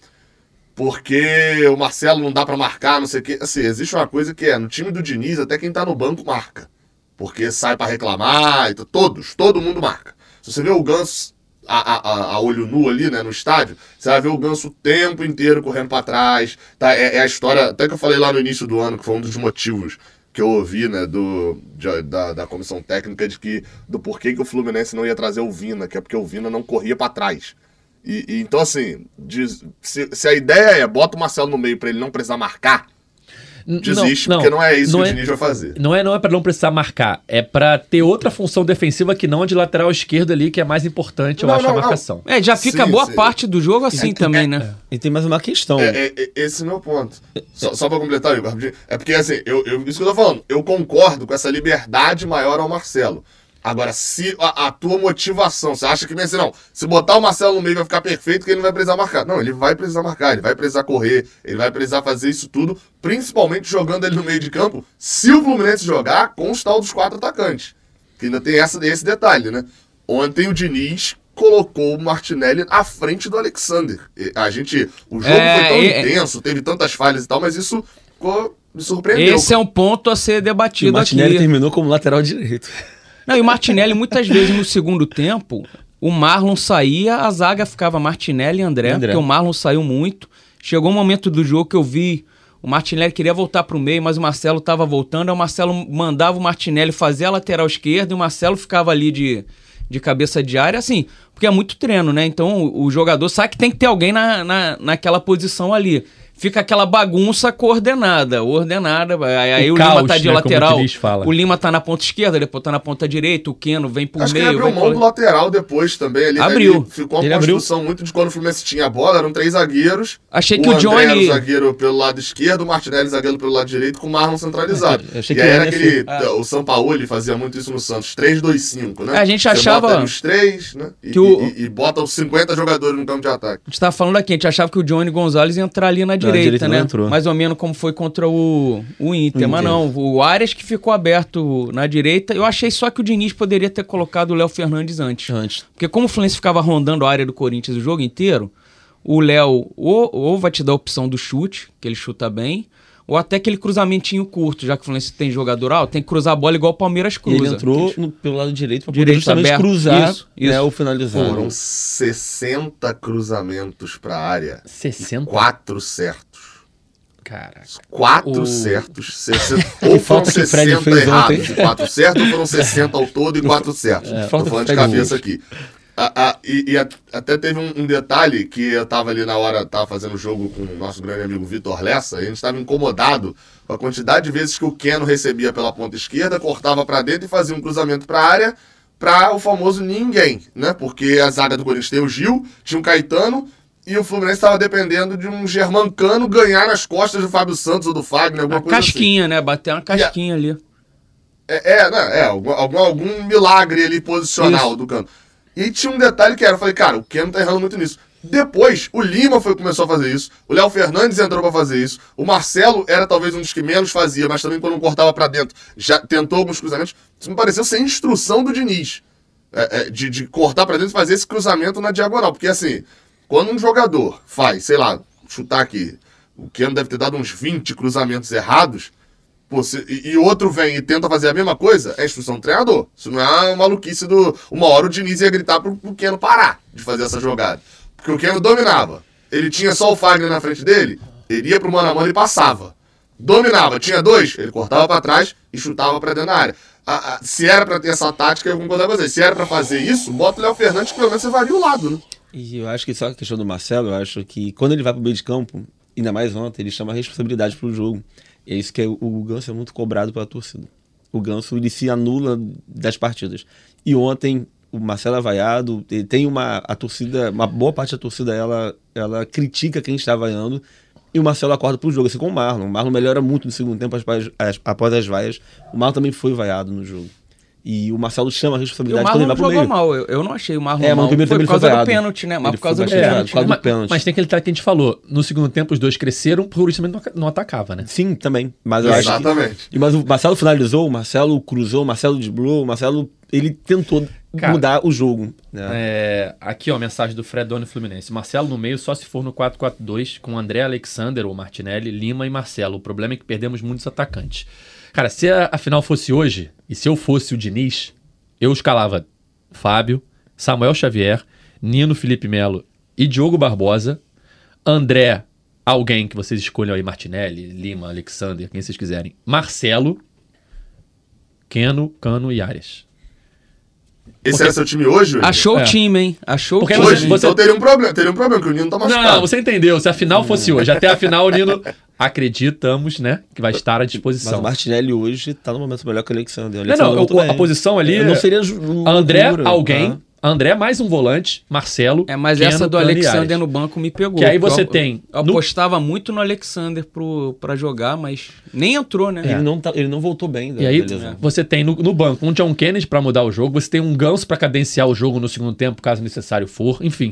porque o Marcelo não dá pra marcar, não sei o quê. Assim, existe uma coisa que é, no time do Diniz, até quem tá no banco marca. Porque sai pra reclamar, e todos, todo mundo marca. Se você vê o Ganso a, a, a olho nu ali, né, no estádio, você vai ver o Ganso o tempo inteiro correndo pra trás. Tá? É, é a história, até que eu falei lá no início do ano, que foi um dos motivos que eu ouvi, né, do, de, da, da comissão técnica, de que, do porquê que o Fluminense não ia trazer o Vina, que é porque o Vina não corria pra trás. E, e, então, assim, diz, se, se a ideia é bota o Marcelo no meio pra ele não precisar marcar, desiste, não, não, porque não é isso não que é, o Diniz vai fazer. Não é, não é pra não precisar marcar, é pra ter outra função defensiva que não a de lateral esquerdo ali, que é mais importante, eu não, acho, não, a marcação. Não. É, já fica sim, boa sim. parte do jogo assim é, também, é, né? É. E tem mais uma questão. É, é, é, esse é o meu ponto. Só, só pra completar, Igor, é porque, assim, eu, eu, isso que eu tô falando, eu concordo com essa liberdade maior ao Marcelo. Agora, se a, a tua motivação, você acha que assim, não, se botar o Marcelo no meio vai ficar perfeito que ele não vai precisar marcar. Não, ele vai precisar marcar, ele vai precisar correr, ele vai precisar fazer isso tudo, principalmente jogando ele no meio de campo, se o Fluminense jogar com os tal dos quatro atacantes. Que ainda tem essa, esse detalhe, né? Ontem o Diniz colocou o Martinelli à frente do Alexander. A gente, o jogo é, foi tão é, intenso, teve tantas falhas e tal, mas isso ficou, me surpreendeu. Esse é um ponto a ser debatido o Martinelli aqui. terminou como lateral direito. Não, e o Martinelli, muitas vezes no segundo tempo, o Marlon saía, a zaga ficava Martinelli e André, André, porque o Marlon saiu muito. Chegou um momento do jogo que eu vi, o Martinelli queria voltar pro meio, mas o Marcelo estava voltando, aí o Marcelo mandava o Martinelli fazer a lateral esquerda e o Marcelo ficava ali de, de cabeça de área, assim, porque é muito treino, né? Então o, o jogador sabe que tem que ter alguém na, na, naquela posição ali. Fica aquela bagunça coordenada, ordenada. Aí o, o caos, Lima tá de, né, lateral, o, o Lima tá na ponta esquerda, depois tá na ponta direita, o Keno vem por Acho meio. Acho que ele abriu mão do lateral depois também. Ali, abriu. Ali ficou uma ele construção abriu. muito de quando o Fluminense tinha a bola, eram três zagueiros. Achei o que o, o Johnny... André era o zagueiro pelo lado esquerdo, o Martinelli zagueiro pelo lado direito, com o Marlon centralizado. Eu achei e que aí era aquele... Ah. O Sampaoli fazia muito isso no Santos, três dois cinco, né? A gente Você achava... bota os três, né? E, que o... e, e bota os cinquenta jogadores no campo de ataque. A gente tava falando aqui, a gente achava que o Johnny Gonzalez ia entrar ali na direita, direita né? Mais ou menos como foi contra o, o Inter, o mas Inter. Não, o Arias que ficou aberto na direita, eu achei só que o Diniz poderia ter colocado o Léo Fernandes antes. Antes. Porque como o Fluminense ficava rondando a área do Corinthians o jogo inteiro, o Léo ou, ou vai te dar a opção do chute, que ele chuta bem, ou até aquele cruzamentinho curto, já que o Fluminense tem jogador alto, tem que cruzar a bola igual o Palmeiras cruza. Ele entrou no, pelo lado direito para poder justamente aberto. cruzar isso, né, isso. o finalizar. Foram sessenta cruzamentos para a área. sessenta? Quatro certos. Cara, quatro o... certos. sessenta, ou foram sessenta errados e quatro certos, ou foram sessenta ao todo e quatro certos. É, Tô falando de cabeça aqui. Ah, ah, e, e a, até teve um, um detalhe que eu tava ali na hora, tava fazendo o jogo com o nosso grande amigo Vitor Lessa, e a gente tava incomodado com a quantidade de vezes que o Keno recebia pela ponta esquerda, cortava para dentro e fazia um cruzamento para a área, para o famoso ninguém, né? Porque a zaga do Corinthians tem o Gil, tinha o Caetano, e o Fluminense estava dependendo de um Germancano ganhar nas costas do Fábio Santos ou do Fagner, alguma a coisa casquinha, assim. né? Bater uma casquinha a... ali. É, é, né? é algum, algum, algum milagre ali posicional Isso. do canto. E aí tinha um detalhe que era, eu falei, cara, o Keno tá errando muito nisso. Depois, o Lima foi, começou a fazer isso, o Léo Fernandes entrou pra fazer isso, o Marcelo era talvez um dos que menos fazia, mas também quando não cortava pra dentro, já tentou alguns cruzamentos. Isso me pareceu ser instrução do Diniz, é, é, de, de cortar pra dentro e fazer esse cruzamento na diagonal, porque assim, quando um jogador faz, sei lá, chutar aqui, o Keno deve ter dado uns vinte cruzamentos errados, pô, se, e, e outro vem e tenta fazer a mesma coisa, é instrução do treinador. Isso não é uma maluquice do... Uma hora o Diniz ia gritar pro, pro Keno parar de fazer essa jogada. Porque o Keno dominava. Ele tinha só o Fagner na frente dele, ele ia pro mano a mano e passava. Dominava, tinha dois, ele cortava pra trás e chutava pra dentro da área. A, a, se era pra ter essa tática, eu concordo com você. Se era pra fazer isso, bota o Léo Fernandes que pelo menos você varia o lado, né? E eu acho que só a questão do Marcelo, eu acho que quando ele vai pro meio de campo, ainda mais ontem, ele chama a responsabilidade pro jogo. E é isso que é, o Ganso é muito cobrado pela torcida. O Ganso, ele se anula das partidas. E ontem, o Marcelo é vaiado, ele tem uma... A torcida, uma boa parte da torcida, ela, ela critica quem está vaiando. E o Marcelo acorda pro jogo, assim como o Marlon. O Marlon melhora muito no segundo tempo as, as, após as vaias. O Marlon também foi vaiado no jogo. E o Marcelo chama a responsabilidade quando ele vai pro meio. O Marlon jogou mal, eu, eu não achei o Marlon é, mal. Mas no primeiro foi tempo por ele causa foi do pênalti, né? Mas ele por causa do foi pênalti. é, por causa né? do pênalti. Mas tem aquele detalhe que a gente falou. No segundo tempo, os dois cresceram, por isso também não atacava, né? Sim, também. Mas eu Exatamente. Acho que, mas o Marcelo finalizou, o Marcelo cruzou, o Marcelo driblou, o Marcelo... Ele tentou Cara, mudar o jogo. Né? É, aqui, ó, mensagem do Fredone Fluminense. Marcelo no meio só se for no quatro quatro dois com André Alexander ou Martinelli, Lima e Marcelo. O problema é que perdemos muitos atacantes. Cara, se a, a final fosse hoje, e se eu fosse o Diniz, eu escalava Fábio, Samuel Xavier, Nino Felipe Melo e Diogo Barbosa, André, alguém que vocês escolham aí, Martinelli, Lima, Alexander, quem vocês quiserem, Marcelo, Keno, Cano e Arias. Esse Porque... era seu time hoje? hoje? Achou É. o time, hein? Achou Porque o time. Hoje, você- então teria um problema, teria um problema, que o Nino tá machucado. Não, você entendeu. Se a final fosse hoje, até a final o Nino, acreditamos, né, que vai estar à Mas disposição. o Martinelli hoje tá no momento melhor que o Alexander. O Não, Alexander não, muito o- a bem. posição ali Não é seria ju- André, loucura, alguém, tá? André mais um volante, Marcelo, É, mas Keno, essa do Cano e Alexander Arias. no banco me pegou. Que aí porque você eu, tem Eu no- apostava muito no Alexander pro, pra jogar, mas nem entrou, né? É. Ele, não tá, ele não voltou bem. Da, E aí da lesão. você tem no, no banco um John Kennedy pra mudar o jogo, você tem um Ganso pra cadenciar o jogo no segundo tempo, caso necessário for, enfim.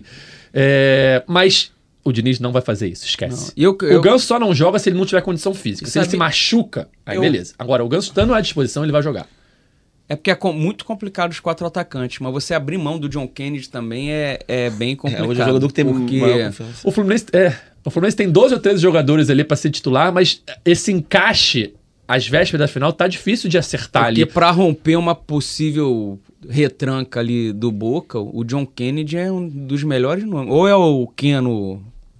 É, mas o Diniz não vai fazer isso, esquece. Não. E eu- eu- O Ganso só não joga se ele não tiver condição física. Se Sabe- ele se machuca, aí eu- beleza. Agora, o Ganso estando à disposição, ele vai jogar. É porque é com- muito complicado os quatro atacantes, mas você abrir mão do John Kennedy também é, é bem É, complicado. hoje é o jogador que tem porque... maior confiança. O Fluminense, é, o Fluminense tem doze ou treze jogadores ali pra ser titular, mas esse encaixe às vésperas da final tá difícil de acertar Porque ali. pra romper uma possível retranca ali do Boca, o John Kennedy é um dos melhores nomes. Ou é o Keno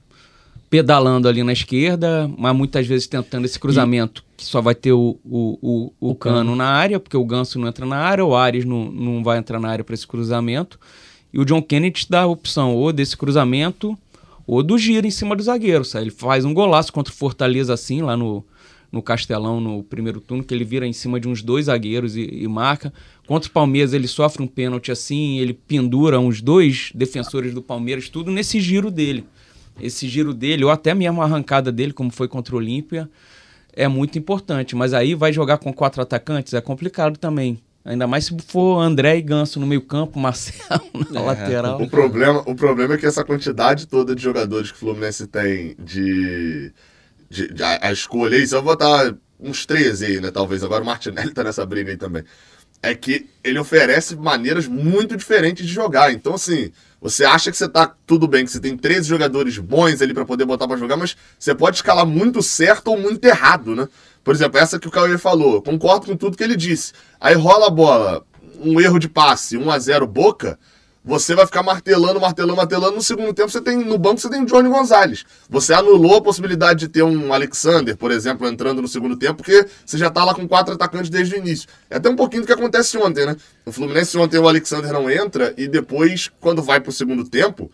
pedalando ali na esquerda, mas muitas vezes tentando esse cruzamento, que só vai ter o, o, o, o, O Cano, Cano. na área, porque o Ganso não entra na área, o Ares não, não vai entrar na área para esse cruzamento. E o John Kennedy te dá a opção ou desse cruzamento ou do giro em cima do zagueiro. Sabe? Ele faz um golaço contra o Fortaleza assim, lá no, no Castelão, no primeiro turno, que ele vira em cima de uns dois zagueiros e, e marca. Contra o Palmeiras ele sofre um pênalti assim, ele pendura uns dois defensores do Palmeiras, tudo nesse giro dele. Esse giro dele, ou até mesmo a arrancada dele, como foi contra o Olímpia, é muito importante. Mas aí vai jogar com quatro atacantes, é complicado também. Ainda mais se for André e Ganso no meio campo, Marcelo na É, lateral. O problema, o problema é que essa quantidade toda de jogadores que o Fluminense tem de, de, de a, a escolha aí, só vou botar uns três aí, né? Talvez agora o Martinelli tá nessa briga aí também. É que ele oferece maneiras muito diferentes de jogar. Então, assim, você acha que você tá tudo bem, que você tem treze jogadores bons ali pra poder botar pra jogar, mas você pode escalar muito certo ou muito errado, né? Por exemplo, essa que o Cauê falou, concordo com tudo que ele disse. Aí rola a bola, um erro de passe, um a zero Boca, você vai ficar martelando, martelando, martelando. No segundo tempo, você tem no banco você tem o Johnny Gonzalez. Você anulou a possibilidade de ter um Alexander, por exemplo, entrando no segundo tempo, porque você já tá lá com quatro atacantes desde o início. É até um pouquinho do que acontece ontem, né? No Fluminense ontem o Alexander não entra e depois, quando vai pro segundo tempo,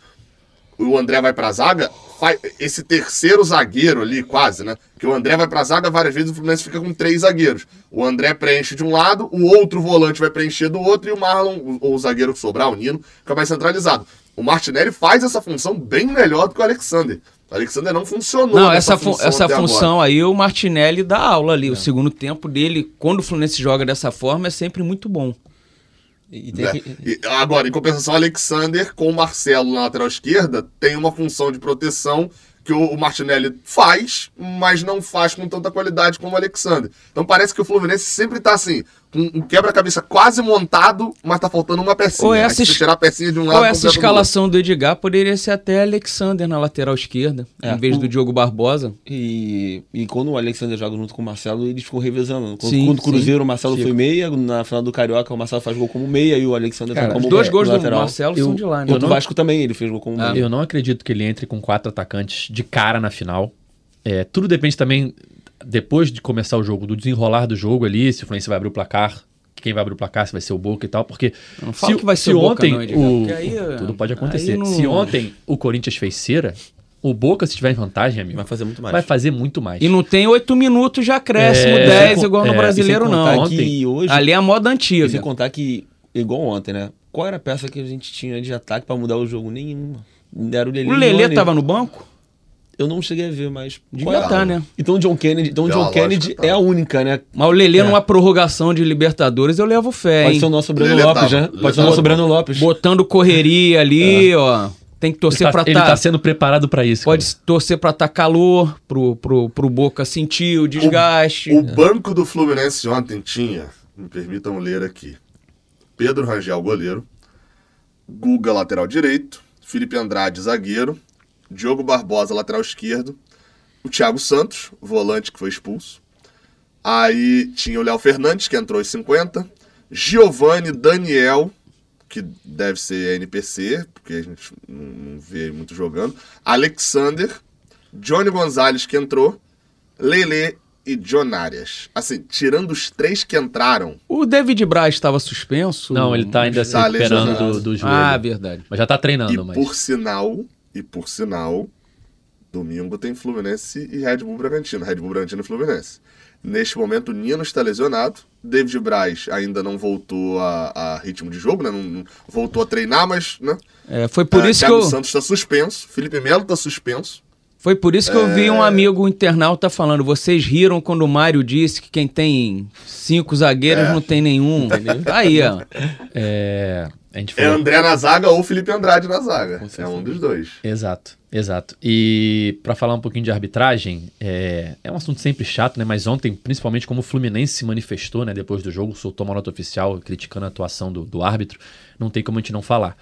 o André vai pra zaga, faz esse terceiro zagueiro ali, quase, né? Que o André vai pra zaga, várias vezes o Fluminense fica com três zagueiros. O André preenche de um lado, o outro volante vai preencher do outro e o Marlon, ou o zagueiro que sobrar, o Nino, fica mais centralizado. O Martinelli faz essa função bem melhor do que o Alexander. O Alexander não funcionou Não, nessa essa, fu função essa até função agora. aí o Martinelli dá aula ali. O segundo tempo dele, quando o Fluminense joga dessa forma, é sempre muito bom. E tem né? que- E, agora, em compensação, o Alexander com o Marcelo na lateral esquerda tem uma função de proteção que o, o Martinelli faz, mas não faz com tanta qualidade como o Alexander. Então parece que o Fluminense sempre tá assim, com um quebra-cabeça quase montado, mas tá faltando uma pecinha. Ou Aí essa se você es- tirar a pecinha de um lado... Ou essa completa do escalação do Edgar poderia ser até Alexander na lateral esquerda, É, em vez o- do Diogo Barbosa. E, e quando o Alexander joga junto com o Marcelo, eles ficam revezando. Quando, Sim, quando o Cruzeiro, sim. o Marcelo Fica. foi meia, na final do Carioca, o Marcelo faz gol como meia e o Alexander Cara, tá como Os dois é, gols do lateral. Marcelo Eu- são de lá, né? eu Contra o não- Vasco também, ele fez gol como Ah. meia. Eu não acredito que ele entre com quatro atacantes de cara na final. É, tudo depende também, depois de começar o jogo, do desenrolar do jogo ali, se o Fluminense vai abrir o placar, quem vai abrir o placar, se vai ser o Boca e tal, porque Eu não falo se, que vai se ser o Boca, ontem não, Edgar, o, porque aí, é- tudo pode acontecer. aí não- Se ontem o Corinthians fez cera, o Boca, se tiver em vantagem, amigo, Vai fazer muito mais. vai fazer muito mais. E não tem oito minutos de acréscimo, É, dez, sem igual con- no é, brasileiro, E sem não. contar Ontem- que hoje, Ali é a moda e sem antiga. contar que, igual ontem, né? Qual era a peça que a gente tinha de ataque pra mudar o jogo? Nenhuma. Era o Lelê. O e Lelê Rony. tava no banco? Eu não cheguei a ver, mas... Devia Qual é? estar, né? Então o John Kennedy, então, o Pela John lógica, Kennedy tá. é a única, né? Mas o Lelê É. numa prorrogação de Libertadores, eu levo fé, Pode hein? ser o nosso Breno Lelê Lopes, tava. né? Lelê Pode ser o tava. nosso Breno Lopes. Botando correria ali, ó. Tem que ele torcer tá, pra ele tá- tá sendo preparado pra isso. Pode cara. torcer pra estar calor, pro, pro, pro Boca sentir o desgaste. O banco do Fluminense ontem tinha, me permitam ler aqui, Pedro Rangel, goleiro, Guga, lateral direito, Felipe Andrade, zagueiro, Diogo Barbosa, lateral esquerdo, o Thiago Santos, volante que foi expulso. Aí tinha o Léo Fernandes, que entrou em cinquenta, Giovani, Daniel, que deve ser N P C, porque a gente não, não vê muito jogando, Alexander, Johnny Gonzalez, que entrou, Lelê e John Arias. Assim, tirando os três que entraram, O David Braz estava suspenso? Não, ele tá ainda se Tá recuperando lesionado. do, do joelho. Ah, verdade. Mas já tá treinando, e mas... por sinal, e por sinal, domingo tem Fluminense e Red Bull Bragantino. Red Bull Bragantino e Fluminense. Neste momento, o Nino está lesionado. David Braz ainda não voltou a, a ritmo de jogo, né? Não, não voltou a treinar, mas, né? É, foi por Ah, isso que Thiago eu, Santos está suspenso. Felipe Melo está suspenso. foi por isso que eu vi um amigo internauta falando, vocês riram quando o Mário disse que quem tem cinco zagueiros não tem nenhum. Aí, ó. É, a gente É falou... André na zaga ou Felipe Andrade na zaga. É certeza. um dos dois. Exato, exato. E pra falar um pouquinho de arbitragem, é, é um assunto sempre chato, né? Mas ontem, principalmente como o Fluminense se manifestou, né? Depois do jogo, soltou uma nota oficial criticando a atuação do, do árbitro, não tem como a gente não falar.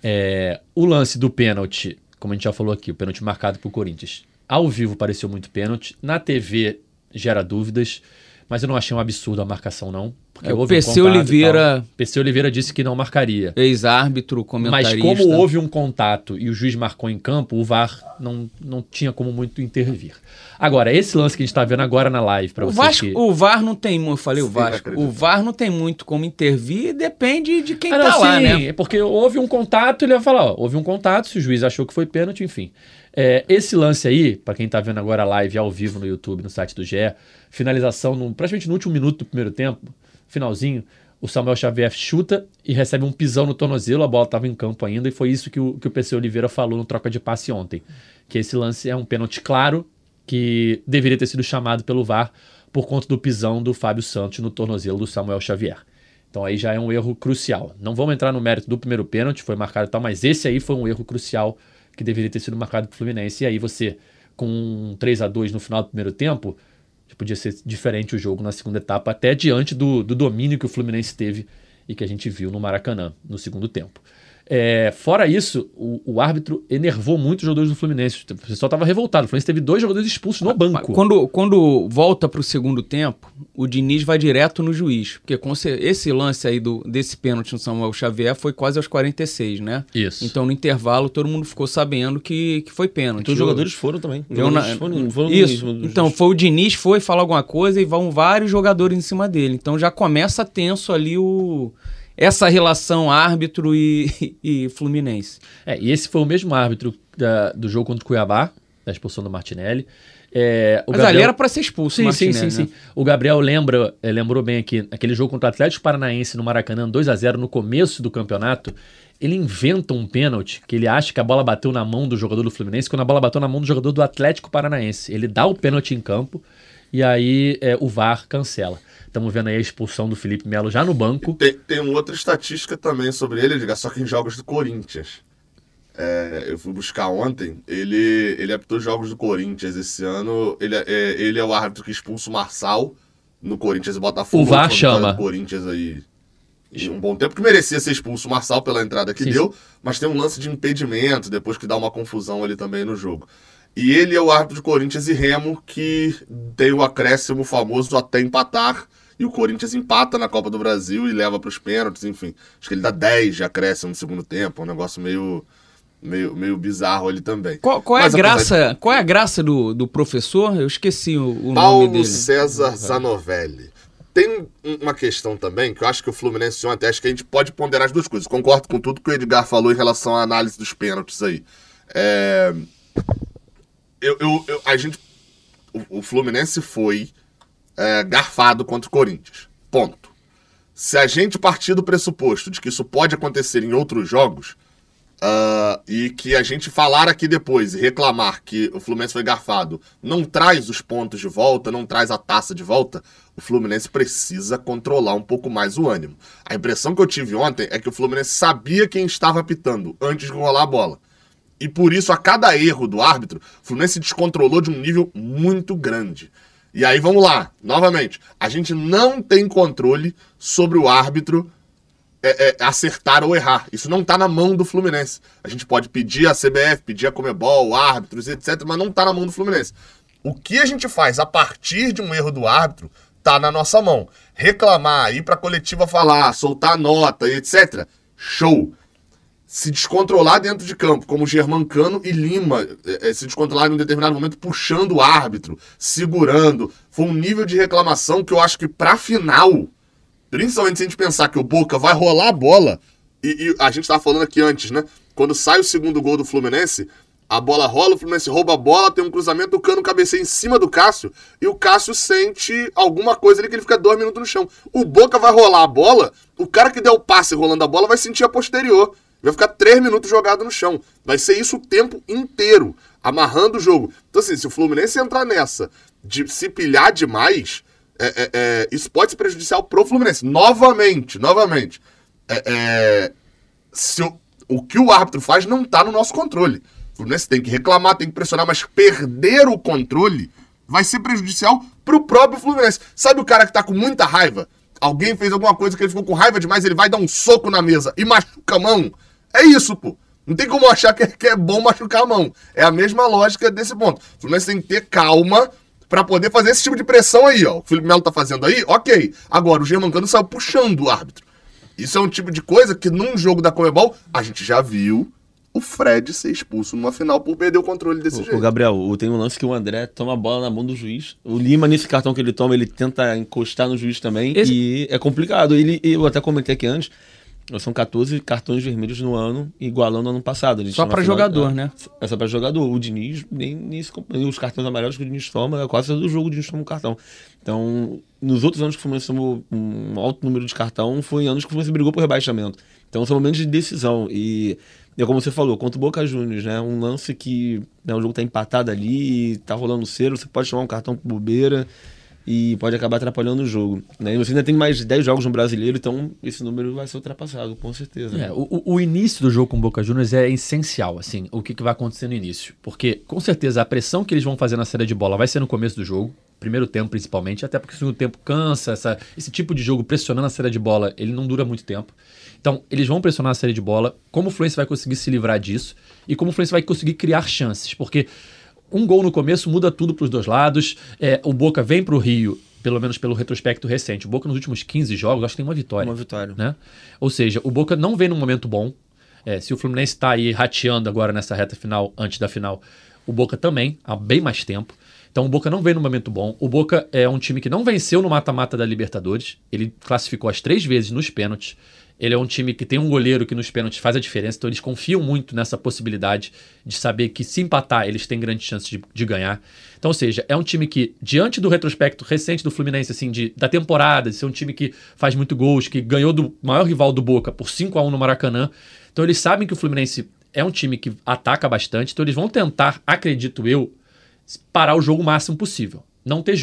É, o lance do pênalti, como a gente já falou aqui, o pênalti marcado pro Corinthians, ao vivo pareceu muito pênalti, na T V gera dúvidas, mas eu não achei um absurdo a marcação, não. Porque É, o houve um P C contato e Oliveira- tal. P C Oliveira disse que não marcaria. Ex-árbitro, Mas comentarista. como houve um contato e o juiz marcou em campo, o V A R não, não tinha como muito intervir. Agora, esse lance que a gente está vendo agora na live, para O, vocês Vasco, que... o V A R não tem muito, eu falei o Sim, Vasco, acredito. o V A R não tem muito como intervir, depende de quem Ah, tá não, lá, sim, né? é porque houve um contato, ele vai falar, ó, houve um contato, se o juiz achou que foi pênalti, enfim. É, esse lance aí, para quem tá vendo agora a live ao vivo no YouTube, no site do G E, finalização no, praticamente no último minuto do primeiro tempo, finalzinho, o Samuel Xavier chuta e recebe um pisão no tornozelo, a bola estava em campo ainda, e foi isso que o, que o P C Oliveira falou no troca de passe ontem. Que esse lance é um pênalti claro, que deveria ter sido chamado pelo V A R por conta do pisão do Fábio Santos no tornozelo do Samuel Xavier. Então aí já é um erro crucial. Não vamos entrar no mérito do primeiro pênalti, foi marcado e tal, mas esse aí foi um erro crucial que deveria ter sido marcado pro Fluminense. E aí você, com um três a dois no final do primeiro tempo, podia ser diferente o jogo na segunda etapa, até diante do, do domínio que o Fluminense teve e que a gente viu no Maracanã no segundo tempo. É, fora isso, o, o árbitro enervou muito os jogadores do Fluminense. O pessoal estava revoltado. O Fluminense teve dois jogadores expulsos no banco. Quando, quando volta pro segundo tempo, o Diniz vai direto no juiz. Porque com esse, esse lance aí do, desse pênalti no Samuel Xavier foi quase aos quarenta e seis, né? Isso. Então no intervalo todo mundo ficou sabendo que, que foi pênalti. Então os jogadores foram também. Os Eu na- jogadores foram, foram Isso. no- no- Então foi o Diniz foi falar alguma coisa e vão vários jogadores em cima dele. Então já começa tenso ali o essa relação árbitro e, e Fluminense. É, e esse foi o mesmo árbitro da- do jogo contra o Cuiabá, da expulsão do Martinelli. É, o Mas ali era para ser expulso, Sim, o sim, Martinelli, sim, né? sim. O Gabriel lembra, eh, lembrou bem aqui, aquele jogo contra o Atlético Paranaense no Maracanã, dois a zero no começo do campeonato, ele inventa um pênalti que ele acha que a bola bateu na mão do jogador do Fluminense, quando a bola bateu na mão do jogador do Atlético Paranaense. Ele dá o pênalti em campo e aí é, o V A R cancela. Estamos vendo aí a expulsão do Felipe Melo já no banco. Tem, tem uma outra estatística também sobre ele, Edgar, só que em jogos do Corinthians. É, eu fui buscar ontem, ele, ele apitou jogos do Corinthians esse ano, ele é, ele é o árbitro que expulsa o Marçal no Corinthians e Botafogo. O V A R chama. Do Corinthians aí em um bom tempo, que merecia ser expulso o Marçal pela entrada que Sim. deu, mas tem um lance de impedimento, depois que dá uma confusão ali também no jogo. E ele é o árbitro de Corinthians e Remo, que tem o acréscimo famoso até empatar, e o Corinthians empata na Copa do Brasil e leva para os pênaltis, enfim. Acho que ele dá dez de acréscimo no segundo tempo, um negócio meio... Meio, meio bizarro ali também. Qual, qual, é, Mas a graça, de... qual é a graça do, do professor? Eu esqueci o, o Paulo nome dele. César Zanovelli. Tem uma questão também, que eu acho que o Fluminense ontem, acho que a gente pode ponderar as duas coisas. Concordo com tudo que o Edgar falou em relação à análise dos pênaltis aí. É... Eu, eu, eu, a gente... O, o Fluminense foi é, garfado contra o Corinthians. Ponto. Se a gente partir do pressuposto de que isso pode acontecer em outros jogos... Uh, e que a gente falar aqui depois e reclamar que o Fluminense foi garfado não traz os pontos de volta, não traz a taça de volta, o Fluminense precisa controlar um pouco mais o ânimo. A impressão que eu tive ontem é que o Fluminense sabia quem estava apitando antes de rolar a bola. E por isso, a cada erro do árbitro, o Fluminense se descontrolou de um nível muito grande. E aí vamos lá, novamente, a gente não tem controle sobre o árbitro É, é, acertar ou errar. Isso não tá na mão do Fluminense. A gente pode pedir a C B F, pedir a Conmebol, árbitros, etcétera, mas não tá na mão do Fluminense. O que a gente faz a partir de um erro do árbitro tá na nossa mão. Reclamar, ir pra coletiva falar, soltar nota, etcétera. Show. Se descontrolar dentro de campo, como Germancano e Lima, é, se descontrolar em um determinado momento puxando o árbitro, segurando. Foi um nível de reclamação que eu acho que pra final... Principalmente se a gente pensar que o Boca vai rolar a bola, e, e a gente estava falando aqui antes, né? Quando sai o segundo gol do Fluminense, a bola rola, o Fluminense rouba a bola, tem um cruzamento, o Cano cabeceia em cima do Cássio, e o Cássio sente alguma coisa ali que ele fica dois minutos no chão. O Boca vai rolar a bola, o cara que der o passe rolando a bola vai sentir a posterior, vai ficar três minutos jogado no chão. Vai ser isso o tempo inteiro, amarrando o jogo. Então assim, se o Fluminense entrar nessa de se pilhar demais... É, é, é, isso pode ser prejudicial pro Fluminense. Novamente, novamente. É, é, se o, o que o árbitro faz não tá no nosso controle. O Fluminense tem que reclamar, tem que pressionar, mas perder o controle vai ser prejudicial pro próprio Fluminense. Sabe o cara que tá com muita raiva? Alguém fez alguma coisa que ele ficou com raiva demais, ele vai dar um soco na mesa e machuca a mão? É isso, pô. Não tem como achar que é, que é bom machucar a mão. É a mesma lógica desse ponto. O Fluminense tem que ter calma pra poder fazer esse tipo de pressão aí, ó. O Felipe Melo tá fazendo aí, ok. Agora, o Germancano saiu puxando o árbitro. Isso é um tipo de coisa que num jogo da Conmebol, a gente já viu o Fred ser expulso numa final por perder o controle desse o, jeito. O Gabriel, tem um lance que o André toma a bola na mão do juiz. O Lima, nesse cartão que ele toma, ele tenta encostar no juiz também. Esse... E é complicado. Ele, eu até comentei aqui antes, são catorze cartões vermelhos no ano, igualando no ano passado. Só pra final, jogador, né? É só pra jogador. O Diniz, nem, nem se, os cartões amarelos que o Diniz toma, quase todo jogo o Diniz toma um cartão. Então, nos outros anos que o Fluminense tomou um alto número de cartão, foi anos que o Fluminense brigou por rebaixamento. Então, são momentos de decisão. E, é como você falou, contra o Boca Juniors, né? Um lance que né, o jogo tá empatado ali, tá rolando cedo, você pode tomar um cartão por bobeira e pode acabar atrapalhando o jogo. Né? E você ainda tem mais dez jogos no Brasileiro, então esse número vai ser ultrapassado, com certeza. É, né? o, o início do jogo com o Boca Juniors é essencial, assim, o que, que vai acontecer no início. Porque, com certeza, a pressão que eles vão fazer na saída de bola vai ser no começo do jogo, primeiro tempo principalmente, até porque o segundo tempo cansa, essa, esse tipo de jogo pressionando a saída de bola, ele não dura muito tempo. Então, eles vão pressionar a saída de bola, como o Fluminense vai conseguir se livrar disso e como o Fluminense vai conseguir criar chances, porque um gol no começo muda tudo para os dois lados, é, o Boca vem para o Rio, pelo menos pelo retrospecto recente, o Boca nos últimos quinze jogos, acho que tem uma vitória. Uma vitória. Né? Ou seja, o Boca não vem num momento bom. É, se o Fluminense está aí rateando agora nessa reta final, antes da final, o Boca também, há bem mais tempo. Então o Boca não vem num momento bom. O Boca é um time que não venceu no mata-mata da Libertadores. Ele classificou as três vezes nos pênaltis. Ele é um time que tem um goleiro que nos pênaltis faz a diferença, então eles confiam muito nessa possibilidade de saber que se empatar eles têm grandes chances de, de ganhar. Então, ou seja, é um time que, diante do retrospecto recente do Fluminense, assim, de, da temporada, de ser um time que faz muito gols, que ganhou do maior rival do Boca por cinco a um no Maracanã, então eles sabem que o Fluminense é um time que ataca bastante, então eles vão tentar, acredito eu, parar o jogo o máximo possível, não ter jogo.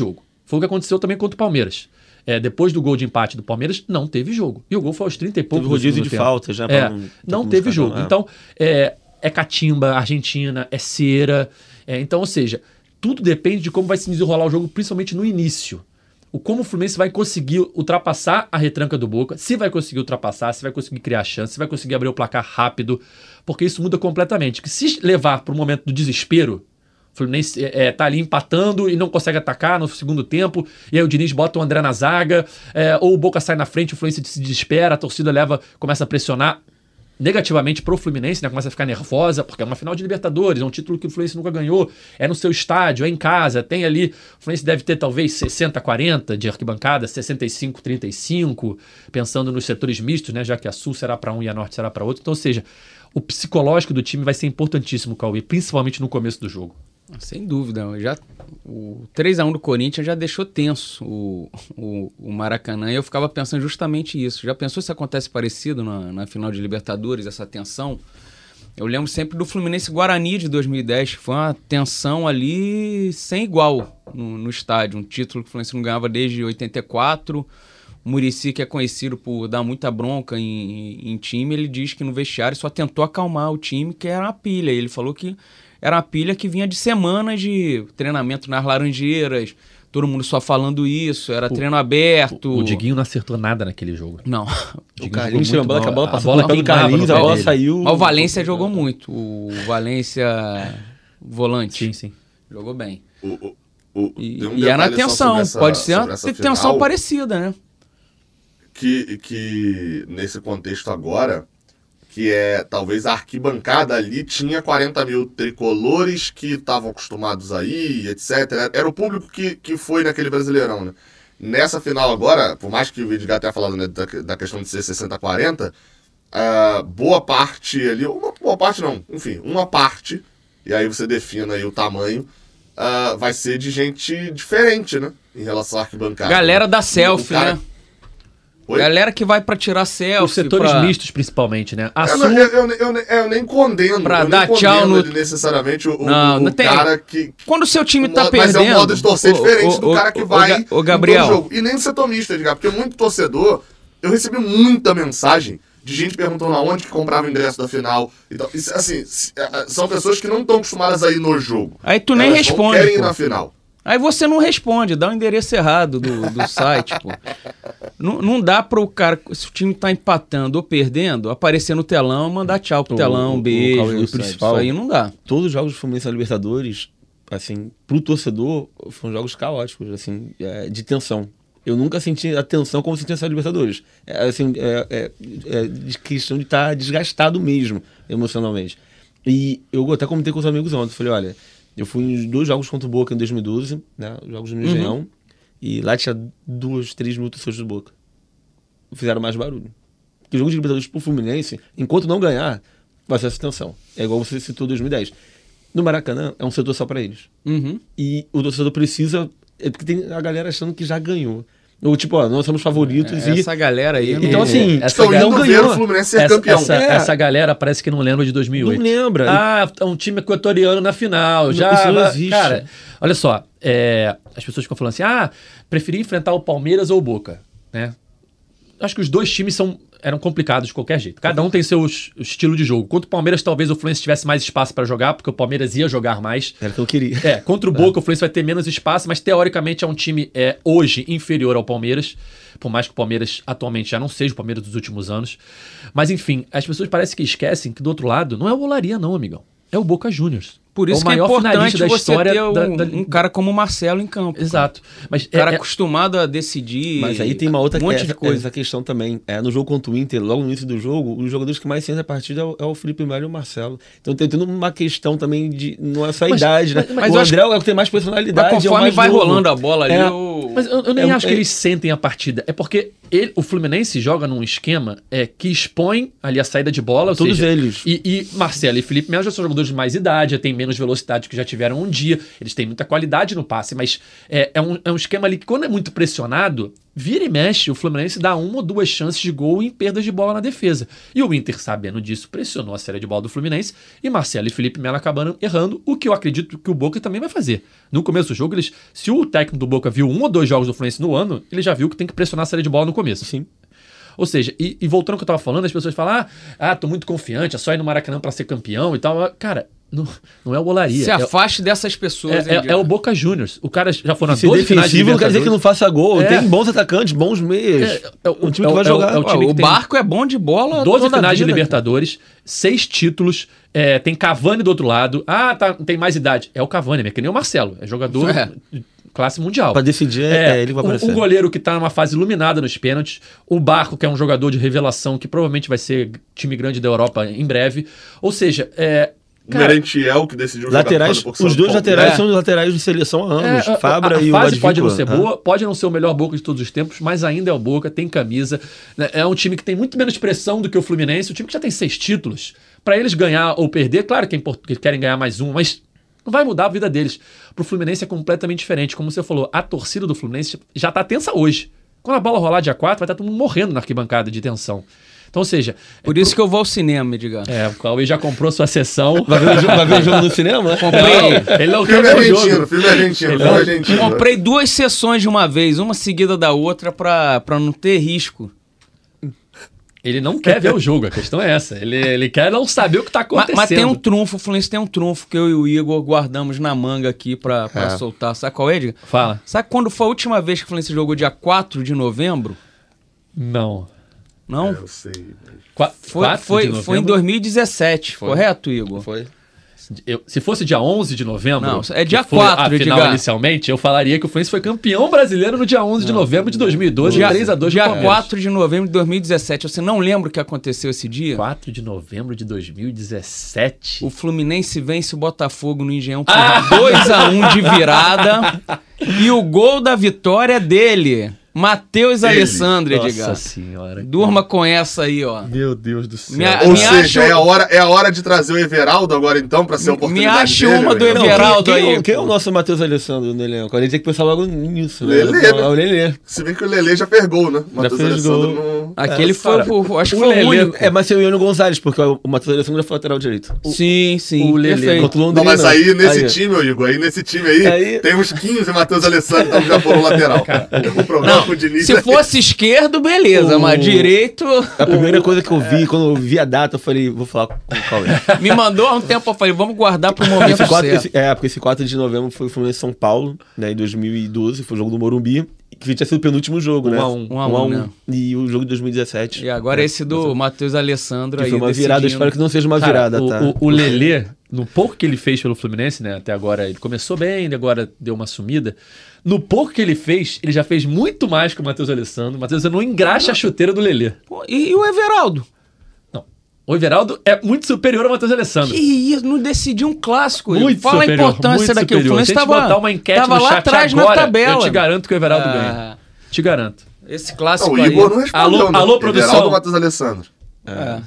Foi o que aconteceu também contra o Palmeiras. É, depois do gol de empate do Palmeiras, não teve jogo. E o gol foi aos trinta e poucos. Teve rodízio de falta já. É, não não teve jogo. É. Então, é, é catimba, Argentina, é cera. É, então, ou seja, tudo depende de como vai se desenrolar o jogo, principalmente no início. O como o Fluminense vai conseguir ultrapassar a retranca do Boca, se vai conseguir ultrapassar, se vai conseguir criar chance, se vai conseguir abrir o placar rápido, porque isso muda completamente. Que se levar para o momento do desespero, o Fluminense é, tá ali empatando e não consegue atacar no segundo tempo, e aí o Diniz bota o André na zaga, é, ou o Boca sai na frente, o Fluminense se desespera, a torcida leva, começa a pressionar negativamente pro Fluminense, né? Começa a ficar nervosa, porque é uma final de Libertadores, é um título que o Fluminense nunca ganhou, é no seu estádio, é em casa, tem ali, o Fluminense deve ter talvez sessenta a quarenta de arquibancada, sessenta e cinco a trinta e cinco, pensando nos setores mistos, né? Já que a Sul será para um e a Norte será para outro, então, ou seja, o psicológico do time vai ser importantíssimo, Cauê, principalmente no começo do jogo. Sem dúvida, já, o três a um do Corinthians já deixou tenso o, o, o Maracanã, e eu ficava pensando justamente isso. Já pensou se acontece parecido na, na final de Libertadores, essa tensão? Eu lembro sempre do Fluminense Guarani de dois mil e dez, que foi uma tensão ali sem igual no, no estádio, um título que o Fluminense não ganhava desde oitenta e quatro. O Muricy, que é conhecido por dar muita bronca em, em time, ele diz que no vestiário só tentou acalmar o time, que era uma pilha. Ele falou que era uma pilha que vinha de semanas de treinamento nas Laranjeiras, todo mundo só falando isso, era o, treino aberto. O, o Diguinho não acertou nada naquele jogo. Não. O, o Carlinhos tirou a bola, que a bola passou a bola pelo Carlinhos, a bola saiu. Mas o Valência jogou muito. O Valência volante. Sim, sim. Jogou bem. O, o, o, e um e era tensão, essa, pode ser uma tensão final, parecida, né? Que, que nesse contexto agora, que é talvez a arquibancada ali tinha quarenta mil tricolores que estavam acostumados aí, etcétera. Era o público que, que foi naquele Brasileirão, né? Nessa final agora, por mais que o Edgar tenha falado, né, da, da questão de ser sessenta a quarenta, uh, boa parte ali, uma boa parte não, enfim, uma parte, e aí você defina aí o tamanho, uh, vai ser de gente diferente, né? Em relação à arquibancada. Galera da selfie, cara... né? Oi? Galera que vai pra tirar selfie. Os setores pra... mistos, principalmente, né? A eu, Sul... eu, eu, eu, eu nem condeno. Pra eu dar nem tchau no... necessariamente o, não, o, não o tem... cara que... Quando o seu time tá mas perdendo... Mas é um modo de torcer o, diferente o, do o, cara que o, vai o, o Gabriel. no jogo. E nem do setorista, Edgar, porque muito torcedor... Eu recebi muita mensagem de gente perguntando aonde que comprava o ingresso da final. Então, isso, assim, são pessoas que não estão acostumadas a ir no jogo. Aí tu nem Elas responde, querem ir pô. na final. Aí você não responde, dá o endereço errado do, do site, pô. Não, não dá para o cara, se o time tá empatando ou perdendo, aparecer no telão, mandar tchau pro o, telão, um beijo, o, o principal. Isso aí não dá. Todos os jogos do Fluminense na Libertadores, assim, pro torcedor, foram jogos caóticos, assim, é, de tensão. Eu nunca senti a tensão como senti nessa Libertadores. É, assim, é, é, é de questão de estar tá desgastado mesmo, emocionalmente. E eu até comentei com os amigos ontem, falei, olha... Eu fui em dois jogos contra o Boca em dois mil e doze, né? Jogos no Engenhão. Uhum. E lá tinha duas, três mil torcedores do Boca. Fizeram mais barulho. Porque o jogo de Libertadores pro Fluminense, enquanto não ganhar, vai ser essa tensão. É igual você citou em dois mil e dez. No Maracanã, é um setor só pra eles. Uhum. E o torcedor precisa... É porque tem a galera achando que já ganhou. Ou tipo, ó, nós somos favoritos é, e... Essa galera aí... Então, assim... Essa estão indo ver o Fluminense ser essa, campeão. Essa, é. essa galera parece que não lembra de dois mil e oito. Não lembra. Ah, é um time equatoriano na final. Já, isso não existe. Cara, olha só. É, as pessoas ficam falando assim, ah, preferi enfrentar o Palmeiras ou o Boca, né? Acho que os dois times são, eram complicados de qualquer jeito. Cada um tem seu estilo de jogo. Contra o Palmeiras, talvez o Fluminense tivesse mais espaço para jogar, porque o Palmeiras ia jogar mais. Era o que eu queria. É, contra o Boca, é. o Fluminense vai ter menos espaço, mas teoricamente é um time é, hoje inferior ao Palmeiras, por mais que o Palmeiras atualmente já não seja o Palmeiras dos últimos anos. Mas enfim, as pessoas parecem que esquecem que do outro lado não é o Olaria não, amigão. É o Boca Juniors. Por isso é o que é maior importante da você história ter um, da, da... um cara como o Marcelo em campo. Exato. Mas o cara é, acostumado a decidir. Mas aí tem uma outra um monte essa, de coisa. essa questão também. É, no jogo contra o Inter, logo no início do jogo, os jogadores que mais sentem a partida é o, é o Felipe Melo e o Marcelo. Então tem tendo uma questão também de. Não é só a mas, idade, mas, né? Mas o André é o que tem mais personalidade. Mas conforme é o mais vai novo. rolando a bola ali. É, eu... Mas eu, eu nem é, acho é, que eles sentem a partida. É porque ele, o Fluminense joga num esquema é, que expõe ali a saída de bola. Todos seja, eles. E, e Marcelo e Felipe Melo já são jogadores de mais idade, já tem menos velocidade que já tiveram um dia. Eles têm muita qualidade no passe, mas é, é, um, é um esquema ali que quando é muito pressionado, vira e mexe, o Fluminense dá uma ou duas chances de gol em perdas de bola na defesa. E o Inter, sabendo disso, pressionou a série de bola do Fluminense e Marcelo e Felipe Melo acabaram errando, o que eu acredito que o Boca também vai fazer. No começo do jogo, eles, se o técnico do Boca viu um ou dois jogos do Fluminense no ano, ele já viu que tem que pressionar a série de bola no começo. Sim. Ou seja, e, e voltando ao que eu tava falando, as pessoas falam, ah, ah, tô muito confiante, é só ir no Maracanã pra ser campeão e tal. Cara, não, não é o Olaria. Se é, afaste dessas pessoas. É, é, é o Boca Juniors. O cara já foi na Se doze finais de defensivo não quer dizer que não faça gol. É. Tem bons atacantes, bons meias. É, é, um time é, que vai é, jogar. É, é o, time Ué, que o tem Barco é bom de bola. doze toda finais de vida, Libertadores, seis títulos, é, tem Cavani do outro lado. Ah, tá, tem mais idade. É o Cavani, é que nem o Marcelo. É jogador... É. Classe mundial. Pra decidir, é, é ele que vai aparecer. Um goleiro que tá numa fase iluminada nos pênaltis. O Barco, que é um jogador de revelação, que provavelmente vai ser time grande da Europa em breve. Ou seja, é... O Merentiel, que decidiu laterais, jogar por os dois Paulo. laterais É. são laterais de seleção há anos. É, Fabra a, a e o fase pode não Advíncula. ser boa, pode não ser o melhor Boca de todos os tempos, mas ainda é o Boca, tem camisa. Né? É um time que tem muito menos pressão do que o Fluminense, o time que já tem seis títulos. Pra eles ganhar ou perder, claro que, é import- que querem ganhar mais um, mas não vai mudar a vida deles. Pro Fluminense é completamente diferente. Como você falou, a torcida do Fluminense já tá tensa hoje. Quando a bola rolar dia quatro, vai estar todo mundo morrendo na arquibancada de tensão. Então, ou seja... Por isso que eu vou ao cinema, Edgar. É, o Cauê já comprou sua sessão. Vai ver o jogo, vai ver o jogo no cinema? Comprei, Não, ele não quer Filme ver o argentino, jogo. filme argentino, Ele filme não- argentino. comprei duas sessões de uma vez, uma seguida da outra, pra, pra não ter risco. Ele não quer ver o jogo, a questão é essa. Ele, ele quer não saber o que tá Mas, acontecendo. mas tem um trunfo, o Fluminense tem um trunfo que eu e o Igor guardamos na manga aqui pra, pra É. soltar. Sabe qual é, Edgar? Fala. Sabe quando foi a última vez que o Fluminense jogou dia quatro de novembro? Não. Não? Eu sei. Qua- Foi, quatro foi, de foi em novembro? dois mil e dezessete, Foi. correto, Igor? Foi. Eu- se fosse dia onze de novembro, Não, é dia que foi quatro, a final Edgar. inicialmente, eu falaria que o Fluminense foi campeão brasileiro no dia onze de novembro de dois mil e doze, Dia, três a dois dia no Palmeiras. quatro de novembro de dois mil e dezessete. Você não lembra o que aconteceu esse dia? quatro de novembro de dois mil e dezessete. O Fluminense vence o Botafogo no Engenhão por dois a um de virada. E o gol da vitória é dele. Matheus Ele. Alessandro, Edgar. Nossa senhora. Durma com essa aí, ó. Meu Deus do céu. Minha- Ou me seja, acho- é, a hora, é a hora de trazer o Everaldo agora então, pra ser a Me oportunidade ache dele, uma do né? Everaldo. Everaldo quem, quem, aí, quem é o pô. nosso Matheus Alessandro no elenco? A gente tem que pensar logo nisso. Lelê, né? né? É o Lelê. Se bem que o Lelê já fez gol, né? O Matheus fez Alessandro gol. não... Aquele É, foi, cara, o, acho que o foi o Lelê- único. É, mas tem o Iano Gonzalez, porque o Matheus Alessandro foi lateral direito. Sim, sim. o Lelê perfeito. Contra o Não, Londrina. mas aí nesse Aí, time, ô Igor, aí nesse time aí, Aí- tem uns quinze Matheus Alessandro então já foram lateral. O problema com o Diniz Se é fosse esquerdo, beleza, O- mas direito. A primeira coisa que eu vi, quando eu vi a data, eu falei, vou falar com o Cauê. Me mandou há um tempo, eu falei, vamos guardar pro momento Esse quatro, certo. esse- é, porque esse quatro de novembro foi o Fluminense São Paulo, né, em dois mil e doze, foi o jogo do Morumbi, que tinha sido o penúltimo jogo, né? Um a um. Um a um, né? E o jogo de dois mil e dezessete. E agora né? esse do Matheus Alessandro Que aí foi uma virada, eu decidindo. espero que não seja uma Cara, virada, o, tá? o, o Lelê, no pouco que ele fez pelo Fluminense, né? Até agora, ele começou bem, agora deu uma sumida. No pouco que ele fez, ele já fez muito mais que o Matheus Alessandro. O Matheus Alessandro não engraxa a chuteira do Lelê. Pô, e, e o Everaldo? Não. O Everaldo é muito superior ao Matheus Alessandro. Que isso, não decidiu um clássico. Muito Fala superior, a importância muito daqui. O superior. Fluminense Se a gente tava, botar uma enquete tava no lá chat atrás agora, na tabela. eu te garanto que o Everaldo Ah. ganha. Te garanto. Esse Não, clássico o aí. Igor não respondeu, Alô, né? alô, produção. Everaldo ou Matheus Alessandro? É.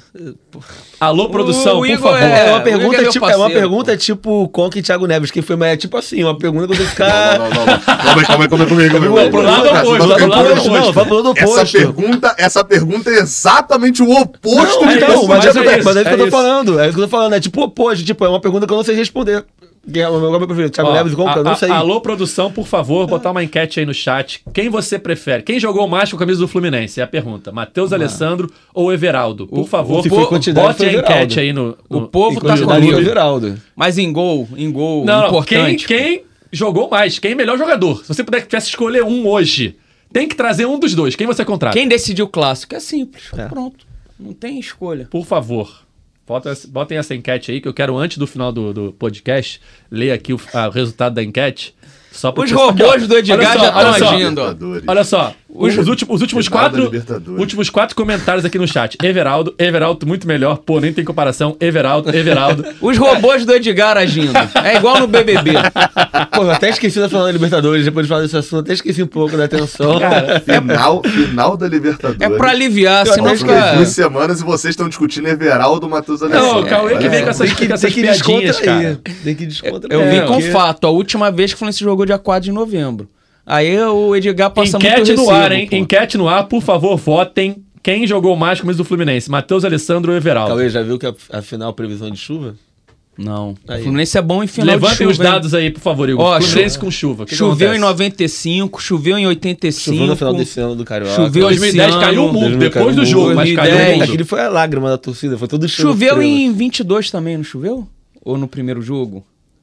Alô, produção, O por Igor favor. é- É uma o Igor pergunta, é meu tipo, é uma parceiro, pergunta tipo Conca e Thiago Neves, quem foi mais, é tipo assim, uma pergunta que você Não, ficar... não, não, não. Calma aí, calma aí, calma aí comigo. comigo. Pro lado Essa- oposto, essa pro lado pergunta- oposto. Não, fala do Essa oposto. pergunta, essa pergunta é exatamente o oposto Não, de então, tudo. mas, mas é, é mas é isso, isso que é eu tô isso. falando. É isso que eu tô falando. É tipo oposto, tipo, é uma pergunta que eu não sei responder. Quem é o meu preferido? Thiago Ó, Neves e Conca? a- Eu não a- sei. Alô, produção, por favor, botar uma enquete aí no chat. Quem você prefere? Quem jogou mais com a camisa do Fluminense? É a pergunta. Matheus Alessandro ou Everaldo? Por favor, se for quantidade, bote foi a Everaldo. enquete aí no... O no- povo Em tá quantidade, comigo. foi o Everaldo. Mas em gol, em gol, Não, não, importante. quem, quem jogou mais? Quem é melhor jogador? Se você puder tivesse escolher um hoje, tem que trazer um dos dois. Quem você contrata? Quem decidiu o clássico? É simples. É. Pronto. Não tem escolha. Por favor, bota, botem essa enquete aí, que eu quero, antes do final do, do podcast, ler aqui o, ah, o resultado da enquete. Só Os porque- robôs Aqui, ó. do Edgar Olha só, já olha estão só. agindo. ó. Libertadores. Olha só, Os, os últimos, os últimos Final da quatro, Libertadores. últimos quatro comentários aqui no chat. Everaldo, Everaldo muito melhor. Pô, nem tem comparação. Everaldo, Everaldo. Os robôs do Edgar agindo. É igual no B B B. Pô, eu até esqueci da final da Libertadores, depois de falar desse assunto, até esqueci um pouco da atenção. Cara, Final, final da Libertadores. É pra aliviar, Eu senão até fica... Duas semanas e vocês estão discutindo Everaldo, Matheus Alessandro. Não, o Cauê que vem com essas, Tem que, com essas tem que piadinhas, descontrair. cara. Tem que descontrair. Eu É, vim com porque- fato. A última vez que o Fluminense jogou dia quatro de novembro. Aí o Edgar passa muito Enquete recibo, no ar, hein? pô. Enquete no ar, por favor, votem. Quem jogou mais com o camisa do Fluminense? Matheus Alessandro ou Everaldo? Cauê, já viu que a, a final previsão de chuva? Não. Aí. O Fluminense é bom em final de Levantem chuva, os hein? dados aí, por favor, Igor. Ó, Fluminense chu- com chuva. O que que Choveu em acontece? noventa e cinco, choveu em oitenta e cinco. Choveu no final desse ano do Carioca. Choveu dois mil e dez esse caiu o ano, mundo, dois mil depois caiu do o jogo, mundo, mas caiu o dois mil e dez. mundo. Aquele foi a lágrima da torcida, foi todo chuva. Choveu estrela. em vinte e dois também, não choveu? Ou no primeiro jogo?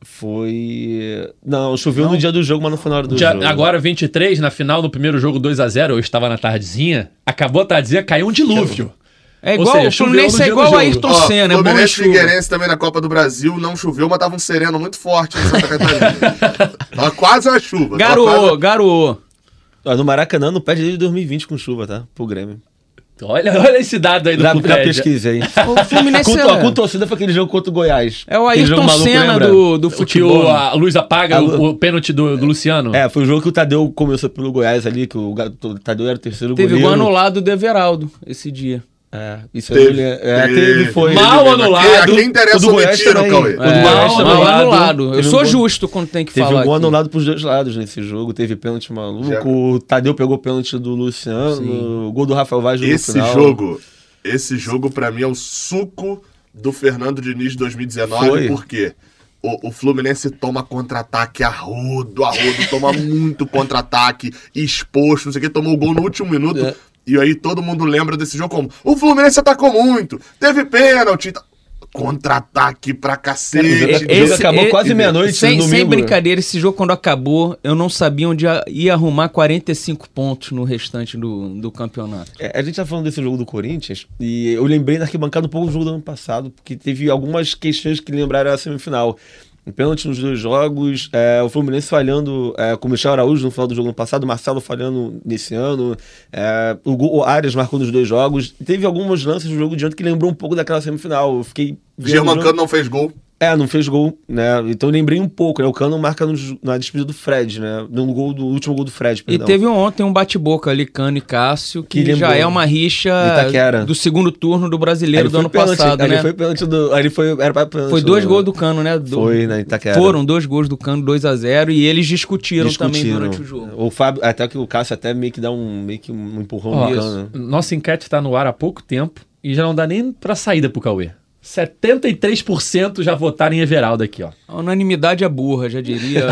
Foi... Não, choveu no dia do jogo, mas não foi na hora do Já- jogo. agora, vinte e três, na final, no primeiro jogo dois a zero, eu estava na tardezinha, acabou a tardezinha, caiu um dilúvio. É Ou igual, seja, o choveu Fluminense no é dia igual do o jogo. Ayrton Ó, Senna, é bom em Fluminense e chuva. Figueirense também na Copa do Brasil, não choveu, mas tava um sereno muito forte em Santa Catarina. Tava quase uma chuva. tava Garoou, quase- garoou. Ó, no Maracanã não perde desde dois mil e vinte com chuva, tá? Pro Grêmio. Olha, olha esse dado aí do Já, já Fluminense. pesquisei. O Fluminense Com, é... ó, com torcida foi aquele jogo contra o Goiás. É o Aquele jogo Ayrton maluco, Senna lembra? do, do Que futebol. o, a luz apaga A o, lu- o pênalti do, do Luciano. É, foi o jogo que o Tadeu começou pelo Goiás ali, que o, ga- o Tadeu era o terceiro Teve goleiro. gol anulado do Everaldo esse dia. É, isso Teve, aí. É, teve. teve, foi. Mal Teve- anulado. A quem interessa O do o Goiás mentira, também. Cauê? O do É, Goiás mal também. anulado. Eu Teve um sou gol- justo quando tem que Teve falar um gol aqui. anulado pros dois lados nesse jogo. Teve pênalti maluco. Já- O Tadeu pegou pênalti do Luciano. Sim. O gol do Rafael Vaz no Esse final. jogo, esse jogo pra mim é o suco do Fernando Diniz de dois mil e dezenove, Foi. porque o, o Fluminense toma contra-ataque a rodo, a rodo, toma muito contra-ataque, exposto, não sei o que, tomou o gol no último minuto, É. e aí todo mundo lembra desse jogo como, o Fluminense atacou muito, teve pênalti, tá- contra-ataque pra cacete. Esse- acabou quase meia-noite Sem, no sem domingo. brincadeira, esse jogo quando acabou, eu não sabia onde ia- ia arrumar quarenta e cinco pontos no restante do, do campeonato. É, a gente tá falando desse jogo do Corinthians e eu lembrei na arquibancada um pouco do jogo do ano passado, porque teve algumas questões que lembraram a semifinal. Um pênalti nos dois jogos, é, o Fluminense falhando é, com o Michel Araújo no final do jogo ano passado, o Marcelo falhando nesse ano, é, o, gol- o Arias marcou nos dois jogos. Teve alguns lances do jogo de ontem que lembrou um pouco daquela semifinal. Eu fiquei vendo o Germano jogo- Cano não fez gol. É, não fez gol, né? Então eu lembrei um pouco, né? O Cano marca no, na despedida do Fred, né? No gol do no último gol do Fred, E perdão. teve ontem um bate-boca ali, Cano e Cássio, que, Que já lembrou. é uma rixa Itaquera. do segundo turno do brasileiro Ali do foi ano pênalti, passado, ali né? foi pênalti do. Ali foi, era pra pênalti Foi dois do- gols do Cano, né? Do- Foi na Itaquera. Foram dois gols do Cano, dois a zero, e eles discutiram, também durante o jogo. O Fábio, até que o Cássio até meio que dá um, meio que um empurrão Ó, no Cano. nossa enquete tá no ar há pouco tempo e já não dá nem pra saída pro Cauê. setenta e três por cento já votaram em Everaldo aqui, ó. A unanimidade é burra, já diria.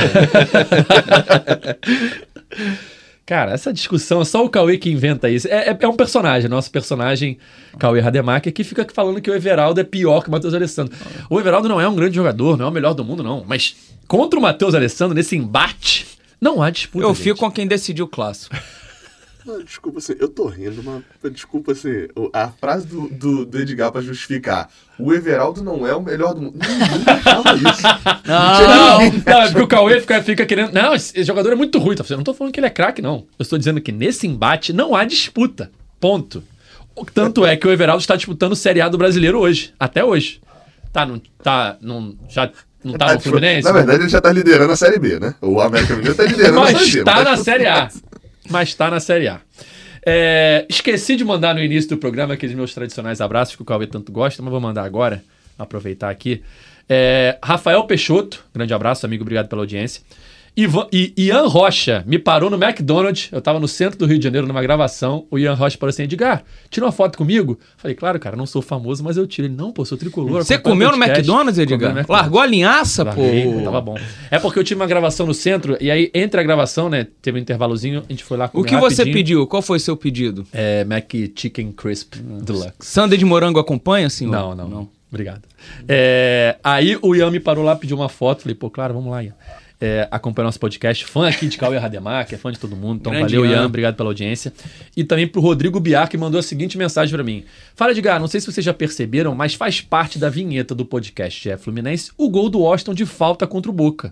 Cara, essa discussão é só o Cauê que inventa isso. É, é, é um personagem, nosso personagem Cauê Rademacher, que fica falando que o Everaldo é pior que o Matheus Alessandro. O Everaldo não é um grande jogador, não é o melhor do mundo, não. Mas contra o Matheus Alessandro, nesse embate, não há disputa. Eu gente. fico com quem decidiu o clássico. Não, desculpa, assim, eu tô rindo, mas desculpa, assim, o- a frase do, do, do Edgar pra justificar. O Everaldo não é o melhor do mundo. Ninguém fala isso. Não, não, é porque o Cauê fica, fica querendo. Não, esse jogador é muito ruim. Tá? Eu não tô falando que ele é craque, não. Eu estou dizendo que nesse embate não há disputa. Ponto. O- Tanto é que o Everaldo está disputando o Série A do brasileiro hoje. Até hoje. Tá, não. Tá. Não, já não tá no Fluminense? Na verdade, ele já tá liderando a Série B, né? O América Mineiro tá liderando a Série Mas B. tá mas na Série A. Mas tá na Série A. É, esqueci de mandar no início do programa aqueles meus tradicionais abraços que o Cauê tanto gosta, mas vou mandar agora, aproveitar aqui. É, Rafael Peixoto, grande abraço, amigo, obrigado pela audiência. Ivan, I, Ian Rocha me parou no McDonald's, eu tava no centro do Rio de Janeiro numa gravação, o Ian Rocha falou assim, Edgar, tira uma foto comigo? Falei, claro, cara, não sou famoso, mas eu tiro. Ele, não, pô, sou tricolor. Você acompanho comeu no podcast." McDonald's, Comi no Edgar? McDonald's. Largou a linhaça, Larguei, pô? tava bom. É porque eu tive uma gravação no centro, e aí entre a gravação, né, teve um intervalozinho, a gente foi lá O comer que você rapidinho. pediu? Qual foi seu pedido? É Mac Chicken Crisp Deluxe. Sundae de morango acompanha, senhor? Não, não, não. Obrigado. É, aí o Ian me parou lá, pediu uma foto. Falei, pô, claro, vamos lá, Ian. É, acompanha nosso podcast. Fã aqui de Cauê Rademacher, fã de todo mundo. Então, Grande valeu, Ian. Ian. Obrigado pela audiência. E também pro Rodrigo Biar, que mandou a seguinte mensagem pra mim. Fala, Edgar, não sei se vocês já perceberam, mas faz parte da vinheta do podcast G E Fluminense o gol do Washington de falta contra o Boca.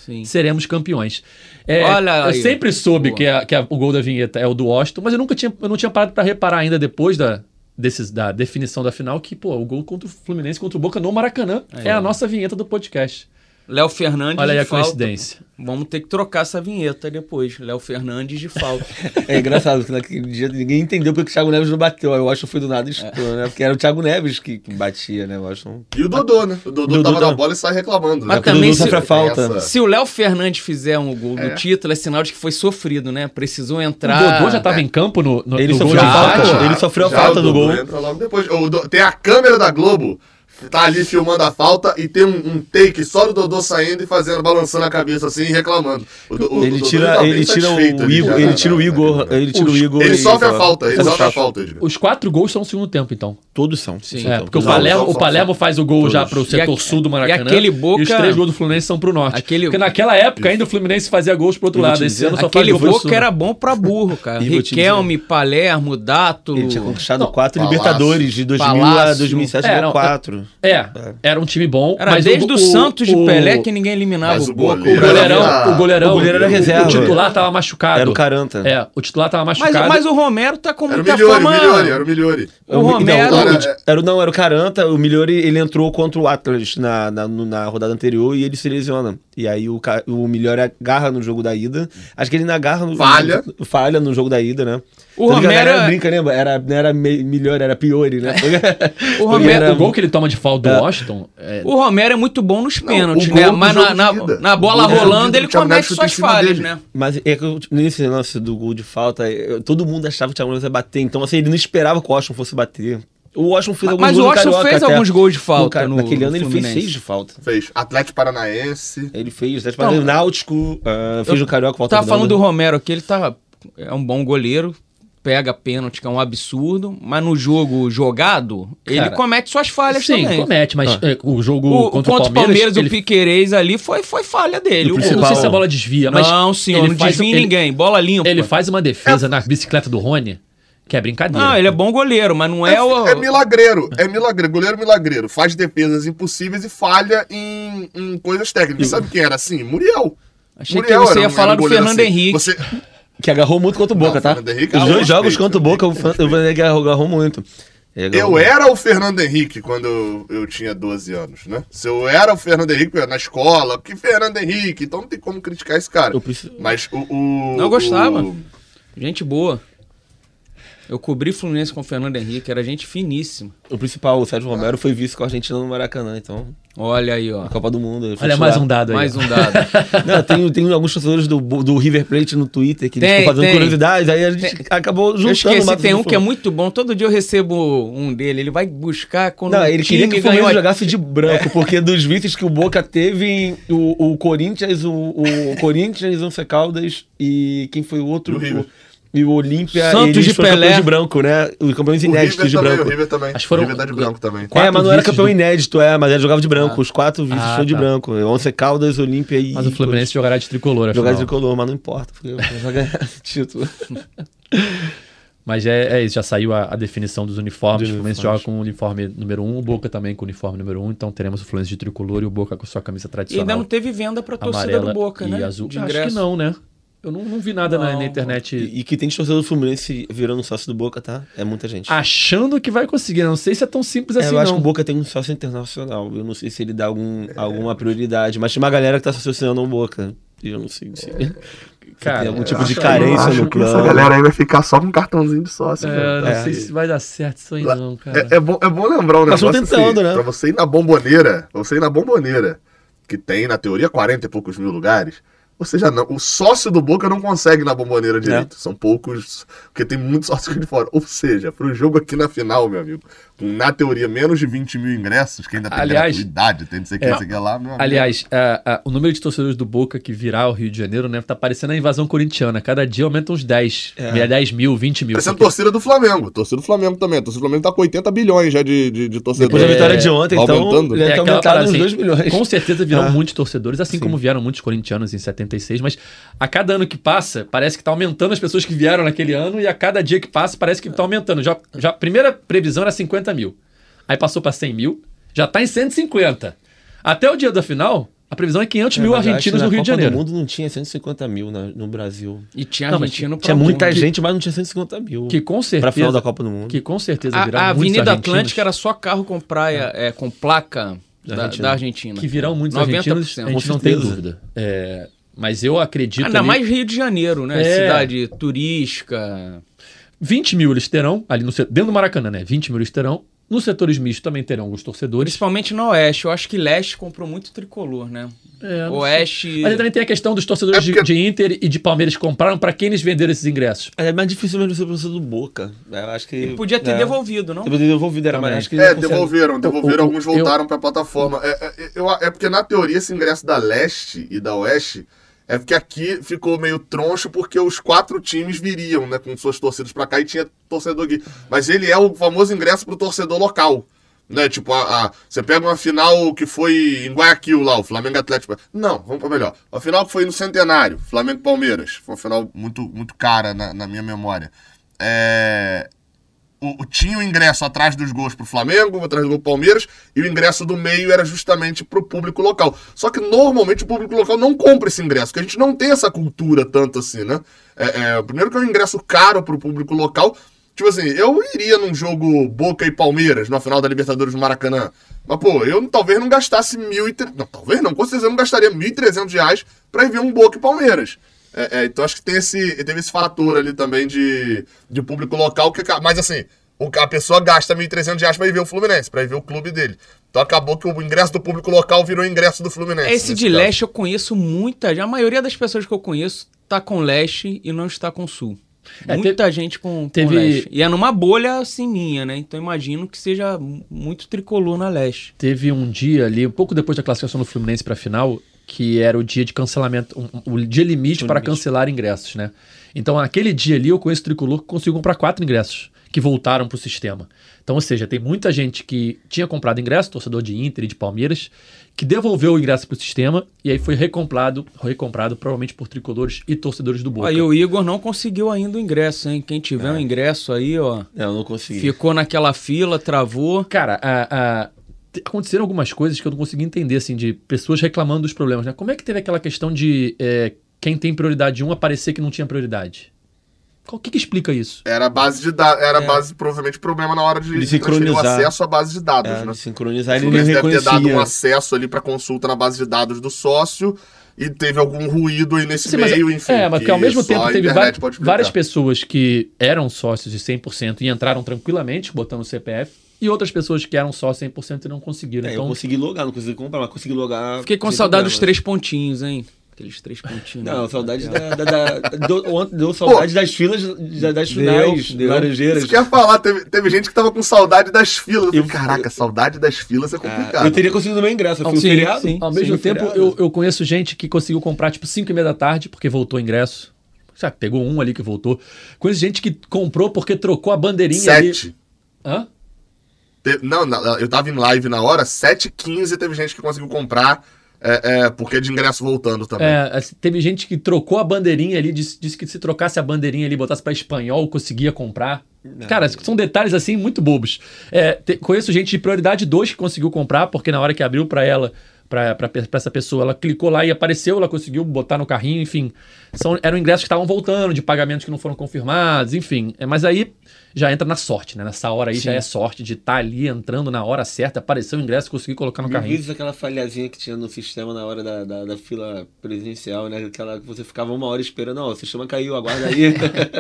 Sim. seremos campeões. É, Olha eu aí. sempre soube Boa. que, a- que a- o gol da vinheta é o do Washington, mas eu nunca tinha, eu não tinha parado para reparar ainda depois da, desses, da definição da final que, pô, o gol contra o Fluminense, contra o Boca no Maracanã Aí, é a ó. nossa vinheta do podcast. Léo Fernandes Olha aí de a falta. coincidência. Vamos ter que trocar essa vinheta depois. Léo Fernandes de falta. É engraçado, que naquele dia ninguém entendeu porque o Thiago Neves não bateu. Aí o Washington foi do nada e escutou, né? Porque era o Thiago Neves que, que batia, né? O Washington. E o Dodô, né? O Dodô, Dodô tava tá- na bola e sai reclamando. Mas né? também o Dodô se- sofre a falta. Essa- Se o Léo Fernandes fizer um gol É. do título, é sinal de que foi sofrido, né? Precisou O entrar. Dodô já estava em campo no, no, Ele no gol sofreu de a falta, empate? ele sofreu a Já falta o do Dodô gol. entra logo depois. O Dodô- tem a câmera da Globo, tá ali filmando a falta e tem um, um take só do Dodô saindo e fazendo, balançando a cabeça assim e reclamando. O Do- o Ele Dodô tira, já tá bem ele tira satisfeito o ali Igor, já ele na- tira o na- Igor, na- ele tira o Os- Igor. Ele e sofre a fala, falta, ele "Os sofre a quatro- falta, Edgar. Os quatro gols são no segundo tempo, então. Todos são. Sim. É, Então, porque o Não, Palermo, são- o Palermo são- faz o gol já todos. pro E setor a- sul do Maracanã. e aquele Boca- E os três gols do Fluminense são pro norte. Aquele- Porque naquela época ainda o Fluminense fazia gols pro outro Eu vou lado. te Esse dizer, ano só faz Aquele gol pro Boca sul. era bom pra burro, cara. E vou te Riquelme, Palermo, Dátulo. Ele tinha conquistado Não, quatro Palácio. Libertadores de dois mil a Palácio. dois mil e sete, É, ganhou não, quatro. É, era um time bom. Era mas desde o, Santos de o- Pelé que ninguém eliminava Mas o o Boca. goleiro- O goleirão, Era- o goleirão, o goleiro era reserva. O titular tava machucado. Era o Caranta. É, o titular tava Mas, machucado. mas o Romero tá com Era o muita Miliori, fama. Miliori, era o Miliori. O Romero- Então, Era- era, o- não, era o Caranta, o Miliori, ele entrou contra o Atlas na, na, no- na rodada anterior e ele se lesiona. E aí o, Ca- o Miliori agarra no jogo da ida. Acho que ele ainda agarra no... Falha. no- falha no jogo da ida, né? O Tanto que a Romero- galera brinca, lembra? Era, não era me, Miliori, era Piori, né? O O, Romero, o gol que ele toma de falta do É. Washington. é, o Romero é muito bom nos pênaltis, o né? gol do Mas jogo na, na, de ida. na O bola gol do jogo de rolando ida, ele o Thiago comete Neves chuta em suas cima falhas, dele. né? Mas é que eu- nesse lance do gol de falta, eu- todo mundo achava que o Thiago Neves ia bater. Então, assim, ele não esperava que o Washington fosse bater. O Washington fez alguns Mas gols o no Washington Carioca fez até. alguns gols de falta No Ca- no- Naquele no ano ele fez Fluminense. seis de falta. Fez Atlético Paranaense. Ele fez, Atlético Não, Paranaense, Náutico, ah, fez no Carioca, volta Tava falando do redonda. Romero aqui, ele tá, é um bom goleiro, pega pênalti, que é um absurdo, mas no jogo jogado, ele Cara, comete suas falhas sim, também. comete, mas Ah. é, o jogo O, contra, contra o Palmeiras, ele, o Piquerez ali foi, foi falha dele. eu O não sei gol. se a bola desvia, mas Não, senhor, ele não faz, desvia em ele, ninguém, bola limpa. ele faz uma defesa na bicicleta do Rony, que é brincadeira. Não, ele é bom goleiro, mas não é, É, o... é milagreiro, é milagreiro, goleiro milagreiro. Faz defesas impossíveis e falha em, em coisas técnicas. Sabe quem era assim? Muriel. Achei Muriel que você era ia um- falar era um do goleiro Fernando assim. Henrique. Você... Que agarrou muito contra o Boca, Não, tá? Fernando Henrique, Os ah, dois respeito, jogos contra o Boca, o respeito. Fernando Henrique agarrou, agarrou muito. Ele agarrou Eu muito. era o Fernando Henrique quando eu, eu tinha doze anos, né? Se eu era o Fernando Henrique na escola, que Fernando Henrique, então não tem como criticar esse cara. Eu preciso- Mas o. o Não, eu gostava. o- Gente boa. Eu cobri Fluminense com o Fernando Henrique, era gente finíssima. O principal, o Sérgio Romero, foi vice com a Argentina no Maracanã, então, Olha aí, ó. na Copa do Mundo. ele foi Olha titular. mais um dado aí. Mais um dado. Não, tem, tem alguns torcedores do, do River Plate no Twitter que eles Tem, ficam fazendo tem. curiosidades, aí a gente acabou juntando Eu esqueci, Matos tem do um que é Flu- muito bom. Todo dia eu recebo um dele. Ele vai buscar quando Não, o ele time queria que o ganhou. Fluminense a- jogasse de branco, porque dos vices que o Boca teve, o, o Corinthians, o, o Corinthians, Once Caldas e quem foi o outro? E o River. E o Olímpia, Santos eles de foram Pelé. campeões de branco, né? Os campeões O inéditos River de também, branco. o River também. Acho que foram- O River tá de branco também. Quatro É, mas não era vices campeão do- inédito, é, mas ele jogava de branco. Os quatro vices Ah, foram de tá. branco. Once Caldas, Olímpia e... Mas o Fluminense jogará de tricolor, Jogar afinal. de color, mas não importa, porque vai ganhar esse título. Mas é, é isso, já saiu a, a definição dos uniformes. Dos O Fluminense uniformes. joga com o uniforme número um, o Boca também com o uniforme número um. Então teremos o Fluminense de tricolor e o Boca com sua camisa E tradicional. ainda não teve venda pra torcida amarela do Boca, e né? azul. De Acho ingresso. que não, né? Eu não, não vi nada na, Não. na internet E, e que tem torcedor do Fluminense virando sócio do Boca, tá? É muita gente. achando que vai conseguir. Não sei se é tão simples É, assim, eu acho não. que o Boca tem um sócio internacional. Eu não sei se ele dá algum, alguma prioridade. Mas tem uma galera que tá se associando ao Boca. E eu não sei se, se Cara, tem algum eu tipo de acho- carência eu acho no que essa plano. galera aí vai ficar só com um cartãozinho de sócio. É, velho. não É. sei se vai dar certo isso aí, não, cara. É, é bom, é bom lembrar um Mas negócio tão tentando, assim, né? pra você ir na Bomboneira, pra você ir na Bomboneira, que tem, na teoria, quarenta e poucos mil lugares, ou seja, não, o sócio do Boca não consegue ir na Bomboneira direito. São poucos, porque tem muitos sócios aqui de fora. Ou seja, pro jogo aqui na final, meu amigo, com, na teoria, menos de vinte mil ingressos, que ainda tem Aliás- gratuidade, tem não sei o que, É. não sei o que lá, meu amigo. Aliás, a- a- o número de torcedores do Boca que virá ao Rio de Janeiro, né, tá parecendo a invasão corintiana. Cada dia aumenta uns dez. É. dez mil, vinte mil. Parecendo porque- torcida do Flamengo. Torcida do Flamengo também. A torcida do Flamengo tá com oitenta bilhões já de, de, de torcedores. Depois da vitória É, de ontem, vai então, aumentando. ele É deve ter aquela aumentado parada uns assim, dois milhões. Com certeza virão Ah. muitos torcedores, assim Sim. como vieram muitos corintianos em setenta e seis, mas a cada ano que passa, parece que tá aumentando as pessoas que vieram naquele ano e a cada dia que passa parece que tá aumentando. Já, já, a primeira previsão era cinquenta mil. Aí passou para cem mil, já tá em cento e cinquenta. Até o dia da final, A previsão é quinhentos É, mil mas eu acho argentinos que no na Rio de Copa Janeiro. do mundo não tinha cento e cinquenta mil na- no Brasil. E tinha Não, mas argentino pra Tinha muita mundo. gente, mas não tinha cento e cinquenta mil. Que com Pra certeza... final da Copa do Mundo. Que com certeza A, virão a muitos Avenida argentinos, Atlântica era só carro com praia, é, com placa Da da, Argentina. da Argentina. que virão muitos noventa por argentinos, cento. a gente Com não tem certeza. dúvida. É, mas eu acredito... Ainda ali- mais Rio de Janeiro, né? É. Cidade turística. vinte mil eles terão, ali no, se- dentro do Maracanã, né? vinte mil eles terão. Nos setores mistos também terão alguns torcedores. Principalmente no Oeste. Eu acho que Leste comprou muito tricolor, né? É, não Oeste... Mas também tem a questão dos torcedores É porque- de, de Inter e de Palmeiras que compraram para quem eles venderam esses ingressos. É mais difícil mesmo ser professor do Boca. Eu acho que. Ele podia ter é. devolvido, não? Podia ter devolvido, era Também. mais. Acho que É, ele consegue- devolveram, devolveram, o- alguns eu- voltaram pra plataforma. É, é, eu- é porque, na teoria, esse ingresso da Leste e da Oeste é porque aqui ficou meio troncho porque os quatro times viriam, né, com suas torcidas pra cá e tinha torcedor aqui. Mas ele é o famoso ingresso pro torcedor local. Né, tipo, a, a- você pega uma final que foi em Guayaquil lá, o Flamengo Atlético. Não, vamos pra melhor. A final que foi no Centenário, Flamengo Palmeiras. Foi uma final muito, muito cara na, na minha memória. É... O, o- tinha o ingresso atrás dos gols pro Flamengo, atrás do gol pro Palmeiras, e o ingresso do meio era justamente pro público local. Só que normalmente o público local não compra esse ingresso, porque a gente não tem essa cultura tanto assim, né? É, é, primeiro que é um ingresso caro pro público local. Tipo assim, eu iria num jogo Boca e Palmeiras, na final da Libertadores do Maracanã. Mas, pô, eu talvez não gastasse mil e... Não, talvez não, com certeza eu não gastaria mil e trezentos reais pra ir ver um Boca e Palmeiras. É, é, então acho que tem esse, teve esse fator ali também de, de público local. Que, mas assim, o, a pessoa gasta mil e trezentos reais pra ir ver o Fluminense, pra ir ver o clube dele. Então acabou que o ingresso do público local virou ingresso do Fluminense. Esse de nesse caso. Leste eu conheço muita... A maioria das pessoas que eu conheço tá com Leste e não está com Sul. É, Muita gente com, com teve- Leste. E é numa bolha assim minha, né? Então imagino que seja mu- muito tricolor na Leste. Teve um dia ali, um pouco depois da classificação do Fluminense para a final, que era o dia de cancelamento, um- o dia limite O para limite. cancelar ingressos, né? Então, naquele dia ali, eu conheço tricolor que conseguiu comprar quatro ingressos que voltaram para o sistema. Então, ou seja, tem muita gente que tinha comprado ingresso, torcedor de Inter e de Palmeiras, que devolveu o ingresso para o sistema e aí foi recomprado, recomprado provavelmente por tricolores e torcedores do Boca. Aí o Igor não conseguiu ainda o ingresso, hein? Quem tiver um ingresso aí, ó, É, eu não consegui. ficou naquela fila, travou. Cara, a- a- te- aconteceram algumas coisas que eu não consegui entender, assim, de pessoas reclamando dos problemas, né? Como é que teve aquela questão de é, quem tem prioridade um aparecer que não tinha prioridade? O que, que explica isso? Era a base de dados, era É. base, provavelmente, problema na hora de, De de transferir o sincronizar. acesso à base de dados, É, né? de sincronizar, O ele não Fluminense deve ter dado um reconhecia. acesso ali pra consulta na base de dados do sócio e teve algum ruído aí nesse Sim, mas- meio, enfim. é, mas que que ao mesmo só tempo a teve internet va- pode explicar. várias pessoas que eram sócios de cem por cento e entraram tranquilamente, botando o C P F, e outras pessoas que eram só cem por cento e não conseguiram. É, então, eu consegui logar, não consegui comprar, mas consegui logar. Fiquei com sem saudade dos problema. três pontinhos, hein? Aqueles três pontinhos. Não, saudade da. da, da deu, ontem deu saudade das filas, da- das finais, deu. laranjeiras. Isso que eu ia falar, teve, teve gente que tava com saudade das filas. Eu falei, Eu- Caraca, saudade das filas é Ah, complicado. eu teria conseguido o meu ingresso, eu fui Sim, no feriado. sim. ao mesmo Sim, tempo, feriado. eu, eu conheço gente que conseguiu comprar tipo cinco e meia da tarde, porque voltou o ingresso. Sabe, pegou um ali que voltou. Conheço gente que comprou porque trocou a bandeirinha ali. Sete. Hã? Te- Não, não, eu tava em live na hora, sete e quinze teve gente que conseguiu comprar, é, é, porque é de ingresso voltando também. É, assim, teve gente que trocou a bandeirinha ali, disse, disse que se trocasse a bandeirinha ali, botasse pra espanhol, conseguia comprar. Cara, são detalhes assim muito bobos. É, te- conheço gente de prioridade dois que conseguiu comprar, porque na hora que abriu pra ela, pra, pra, pra essa pessoa, ela clicou lá e apareceu, ela conseguiu botar no carrinho, enfim. São, eram ingressos que estavam voltando, de pagamentos que não foram confirmados, enfim. É, mas aí já entra na sorte, né? Nessa hora aí já é sorte de estar ali entrando na hora certa, apareceu o ingresso, conseguir colocar no Mil carrinho. vezes aquela falhazinha que tinha no sistema na hora da, da, da fila presencial, né? Aquela que você ficava uma hora esperando, ó, o sistema caiu, aguarda aí.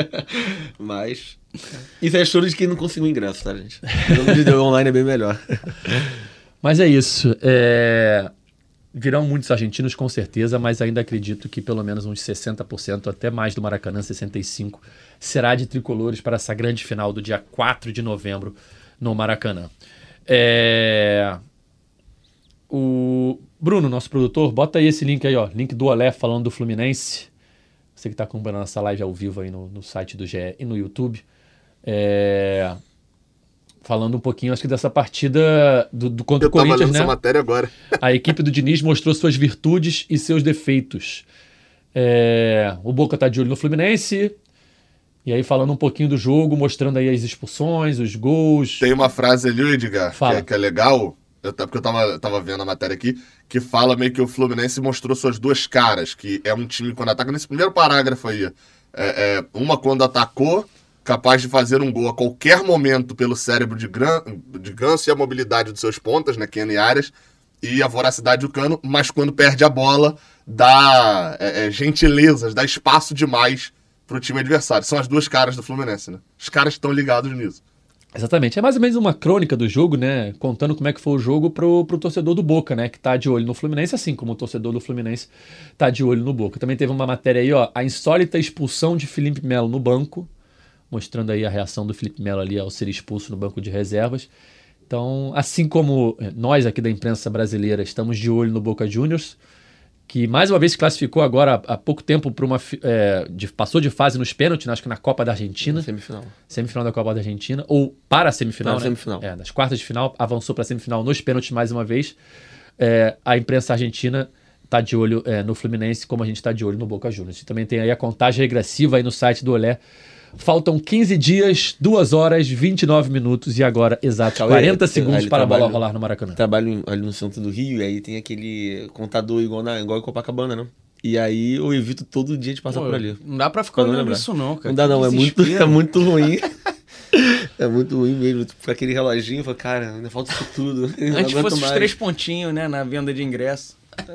Mas. Isso é choro de quem não conseguiu ingresso, tá, gente? O jogo de Deus online é bem melhor. Mas é isso. É... Virão muitos argentinos, com certeza, mas ainda acredito que pelo menos uns sessenta por cento, até mais do Maracanã, sessenta e cinco por cento, será de tricolores para essa grande final do dia quatro de novembro no Maracanã. É... O Bruno, nosso produtor, bota aí esse link aí, ó. Link do Olé falando do Fluminense. Você que está acompanhando essa live ao vivo aí no, no site do G E e no YouTube. É... Falando um pouquinho, acho que dessa partida do, do contra Eu o tava Corinthians, lendo né? essa matéria agora. A equipe do Diniz mostrou suas virtudes e seus defeitos. É, o Boca tá de olho no Fluminense. E aí falando um pouquinho do jogo, mostrando aí as expulsões, os gols. Tem uma frase ali, Edgar, que Fala. é, que é legal, eu, porque eu tava, tava vendo a matéria aqui, que fala meio que o Fluminense mostrou suas duas caras, que é um time quando ataca, nesse primeiro parágrafo aí, é, é, uma quando atacou, capaz de fazer um gol a qualquer momento pelo cérebro de, gran, de Ganso e a mobilidade dos seus pontas, né, Keno e Arias, e a voracidade do Cano, mas quando perde a bola, dá é, é, gentilezas, dá espaço demais pro time adversário. São as duas caras do Fluminense, né? Os caras estão ligados nisso. Exatamente. É mais ou menos uma crônica do jogo, né? Contando como é que foi o jogo pro, pro torcedor do Boca, né? Que tá de olho no Fluminense, assim como o torcedor do Fluminense tá de olho no Boca. Também teve uma matéria aí, ó, a insólita expulsão de Felipe Melo no banco, mostrando aí a reação do Felipe Melo ali ao ser expulso no banco de reservas. Então, assim como nós aqui da imprensa brasileira estamos de olho no Boca Juniors, que mais uma vez se classificou agora há pouco tempo para uma é, de, passou de fase nos pênaltis, acho que na Copa da Argentina. Semifinal. Semifinal da Copa da Argentina, ou para a semifinal, para né? semifinal. É, nas quartas de final, avançou para a semifinal nos pênaltis mais uma vez. É, a imprensa argentina está de olho é, no Fluminense, como a gente está de olho no Boca Juniors. E também tem aí a contagem regressiva aí no site do Olé. Faltam quinze dias, duas horas, vinte e nove minutos e agora exatos Cauê, quarenta segundos para trabalho, a bola rolar no Maracanã. Trabalho ali no centro do Rio e aí tem aquele contador igual, na, igual em Copacabana, né? E aí eu evito todo dia de passar Pô, por ali. Não dá pra ficar Pra não olhando lembrar. isso não, cara. Não dá Que não, é muito, desespero. é muito ruim. É muito ruim mesmo. Com aquele reloginho, eu falo, cara, ainda falta isso tudo. Eu não Antes aguento fosse os mais. três pontinhos, né, na venda de ingresso.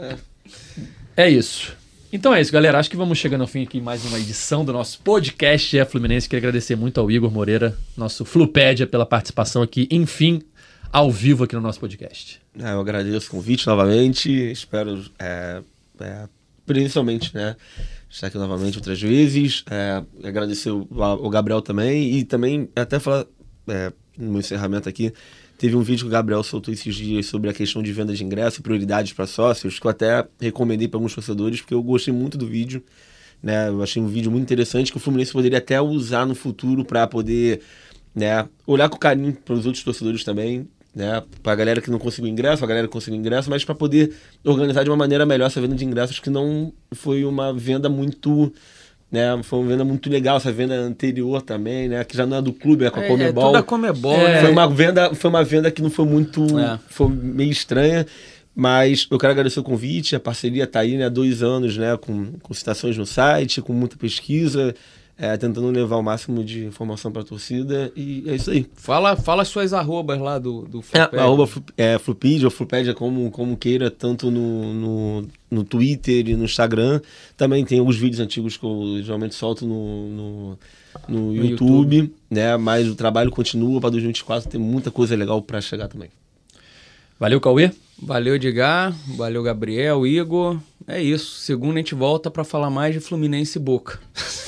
É isso. Então é isso, galera. Acho que vamos chegando ao fim aqui mais uma edição do nosso podcast É Fluminense. Queria agradecer muito ao Igor Moreira, nosso Flupédia, pela participação aqui, enfim, ao vivo aqui no nosso podcast. Ah, eu agradeço o convite novamente. Espero, é, é, principalmente, né, estar aqui novamente outras vezes. É, agradecer o, o Gabriel também. E também, até falar, é, no encerramento aqui, teve um vídeo que o Gabriel soltou esses dias sobre a questão de venda de ingresso e prioridades para sócios, que eu até recomendei para alguns torcedores, porque eu gostei muito do vídeo, né? Eu achei um vídeo muito interessante que o Fluminense poderia até usar no futuro para poder, né, olhar com carinho para os outros torcedores também, né? Para a galera que não conseguiu ingresso, a galera que conseguiu ingresso, mas para poder organizar de uma maneira melhor essa venda de ingressos, que não foi uma venda muito... Né, foi uma venda muito legal, essa venda anterior também, né, que já não é do clube, é com a É, Comebol. é tudo a Comebol, É. né? Foi uma venda, foi uma venda que não foi muito, É. foi meio estranha, mas eu quero agradecer o convite, a parceria tá aí, né, há dois anos, né, com, com citações no site, com muita pesquisa, é, tentando levar o máximo de informação para a torcida, e é isso aí. Fala, fala as suas arrobas lá do, do É, Flupédia. arroba Flu- é, Flupedia ou Flupedia, como, como queira, tanto no, no, no Twitter e no Instagram. Também tem alguns vídeos antigos que eu geralmente solto no, no, no YouTube, YouTube. né? Mas o trabalho continua para dois mil e vinte e quatro, tem muita coisa legal para chegar também. Valeu, Cauê. Valeu, Edgar. Valeu, Gabriel, Igor. É isso. Segunda a gente volta pra falar mais de Fluminense e Boca.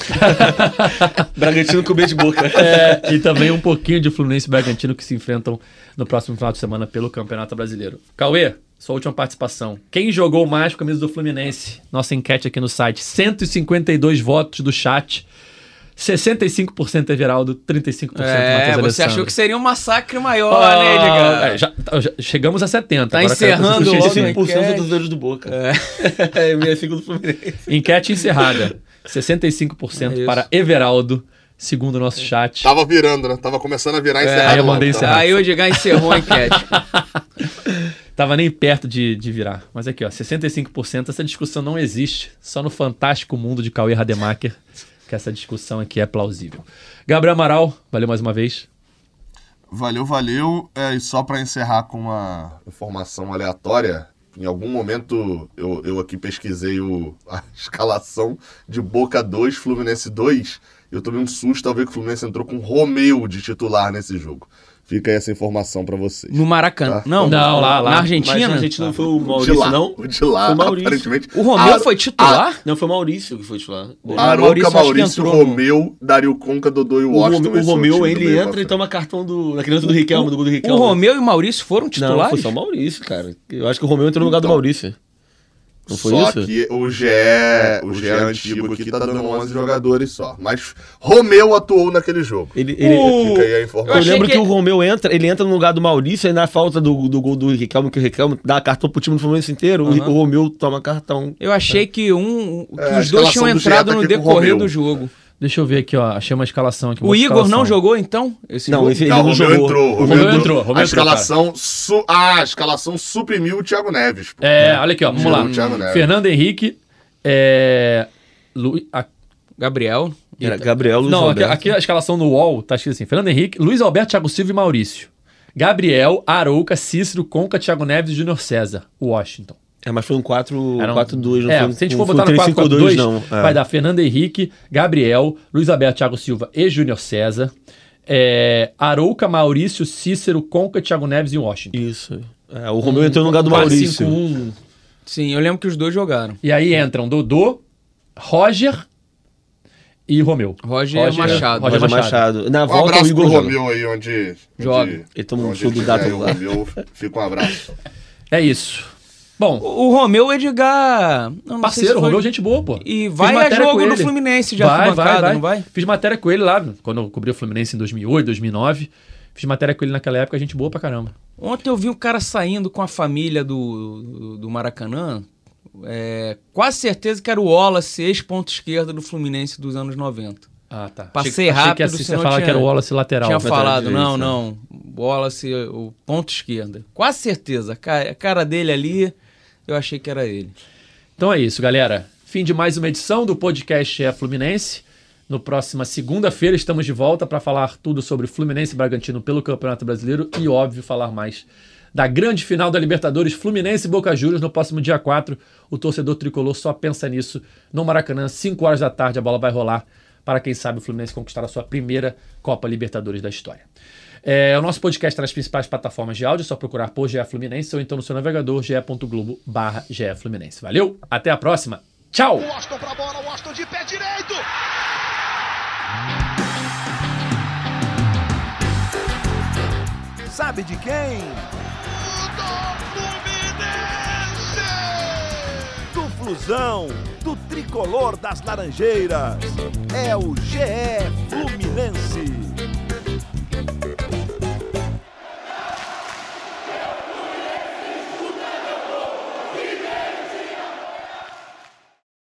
Bragantino com B de boca. É, e também um pouquinho de Fluminense e Bragantino que se enfrentam no próximo final de semana pelo Campeonato Brasileiro. Cauê, sua última participação. Quem jogou mais com a camisa do Fluminense? Nossa enquete aqui no site. cento e cinquenta e dois votos do chat. sessenta e cinco por cento Everaldo, trinta e cinco por cento É, Matheus você Alessandro. achou que seria um massacre maior, Ah, né, Edgar? é, já, já chegamos a setenta. Tá Agora encerrando quero- logo, oitenta e cinco por cento enquete. dos torcedores do Boca. É, é minha segunda Fluminense. Enquete encerrada. sessenta e cinco por cento É isso. para Everaldo, segundo o nosso chat. Tava virando, né? Tava começando a virar É, encerrado. aí eu mandei logo. encerrar. Aí o Edgar encerrou a enquete. Tava nem perto de, de virar. Mas aqui, ó, sessenta e cinco por cento. Essa discussão não existe. Só no fantástico mundo de Cauê Rademacher que essa discussão aqui é plausível. Gabriel Amaral, valeu mais uma vez. Valeu, valeu. É, e só pra encerrar com uma informação aleatória, em algum momento eu, eu aqui pesquisei o, a escalação de Boca dois, Fluminense dois. Eu tomei um susto ao ver que o Fluminense entrou com Romeu de titular nesse jogo. Fica aí essa informação pra vocês. No Maracanã. Tá. Não, Não, lá, lá. Na Mas Argentina? a gente não foi o O de Maurício, lá, não? o de lá, Foi o Maurício. aparentemente. O Romeu Ah, foi titular? Não, foi o Maurício que foi titular. O Arouca, Maurício acho que Maurício, entrou no- Romeu, Dario Conca, Dodô e O, Washington. Romeu, o esse é Romeu, time do ele meio pra entra e frente. toma cartão do, da criança do Riquelme, do gol do O Riquelme. Romeu e o Maurício foram titulares? Não, foi só o Maurício, cara. Eu acho que o Romeu entrou no lugar do Então, Maurício. Não foi Só isso? que o G E, o G E antigo aqui tá dando onze jogadores só. Mas Romeu atuou naquele jogo. Ele, ele, Fica aí a Eu informação. eu achei lembro que- que... o Romeu entra, ele entra no lugar do Maurício, aí na falta do, do gol do Riquelme, que o Riquelme dá cartão pro time do Fluminense inteiro, o- Aham. o Romeu toma cartão. Eu achei que, um, que É, a os dois tinham escalação do entrado Geta no aqui com o decorrer Romeu. do jogo. Deixa eu ver aqui, ó. Achei uma escalação aqui. O Igor não jogou, então? Esse não, jogo? esse ele Não, não o jogou. Romeu entrou. O Romeu Romeu entrou, Romeu a entrou, escalação, su... ah, a escalação suprimiu o Thiago Neves. Pô. É, olha aqui, ó. Vamos Tirou lá. o Thiago Neves. Fernando Henrique, é... Lu... a... Gabriel. Era Gabriel, Luiz Não, aqui, Alberto. aqui a escalação no U O L tá escrito assim: Fernando Henrique, Luiz Alberto, Thiago Silva e Maurício. Gabriel, Arouca, Cícero, Conca, Thiago Neves e Júnior César. Washington. É, mas foi um quatro Era um- quatro dois, não é, foi, se a gente não for foi botar no um três cinco dois, quatro quatro dois, não. É. vai dar Fernando Henrique, Gabriel, Luiz Alberto, Thiago Silva e Júnior César. É, Arouca, Maurício, Cícero, Conca, Thiago Neves e Washington. Isso. É, o Romeu entrou no lugar do quatro Maurício. cinco um. Sim, eu lembro que os dois jogaram. E aí entram Dodô, Roger e Romeu. Roger, Roger- Machado. Roger Roger Machado. Machado. Na Um volta o abraço Igor pro joga. Romeu aí, onde... Joga. onde- Ele toma um onde show do estiver Dato o lá. Romeu, fica um abraço. É isso. Bom, O, o Romeu Edgar... não, não sei parceiro, se foi- Romeu, gente boa, pô. E Fiz vai a matéria jogo com no ele. Fluminense já, vai, vai, arquibancada, vai. não vai? Fiz matéria com ele lá, quando eu cobri o Fluminense em dois mil e oito, dois mil e nove. Fiz matéria com ele naquela época, gente boa pra caramba. Ontem eu vi um cara saindo com a família do, do, do Maracanã. É, quase certeza que era o Wallace, ex-ponto esquerda do Fluminense dos anos noventa. Ah, tá. Passei achei, rápido, Achei que assim, você senão falar tinha- que era o Wallace lateral. Tinha lateral falado, direito, não, né? não. Wallace, o ponto esquerda. Quase certeza. A ca- a cara dele ali, eu achei que era ele. Então é isso, galera. Fim de mais uma edição do podcast É Fluminense. No próxima segunda-feira estamos de volta para falar tudo sobre Fluminense e Bragantino pelo Campeonato Brasileiro e, óbvio, falar mais da grande final da Libertadores, Fluminense e Boca Juniors, no próximo dia quatro. O torcedor tricolor só pensa nisso no Maracanã, cinco horas da tarde, a bola vai rolar para, quem sabe, o Fluminense conquistar a sua primeira Copa Libertadores da história. É, o nosso podcast está nas principais plataformas de áudio, é só procurar por G E Fluminense ou então no seu navegador ge ponto globo barra ge Fluminense. Valeu, até a próxima, tchau! Washington pra bola, Washington de pé direito. Sabe de quem? Do Fluminense. Do Flusão, do tricolor das Laranjeiras. É o G E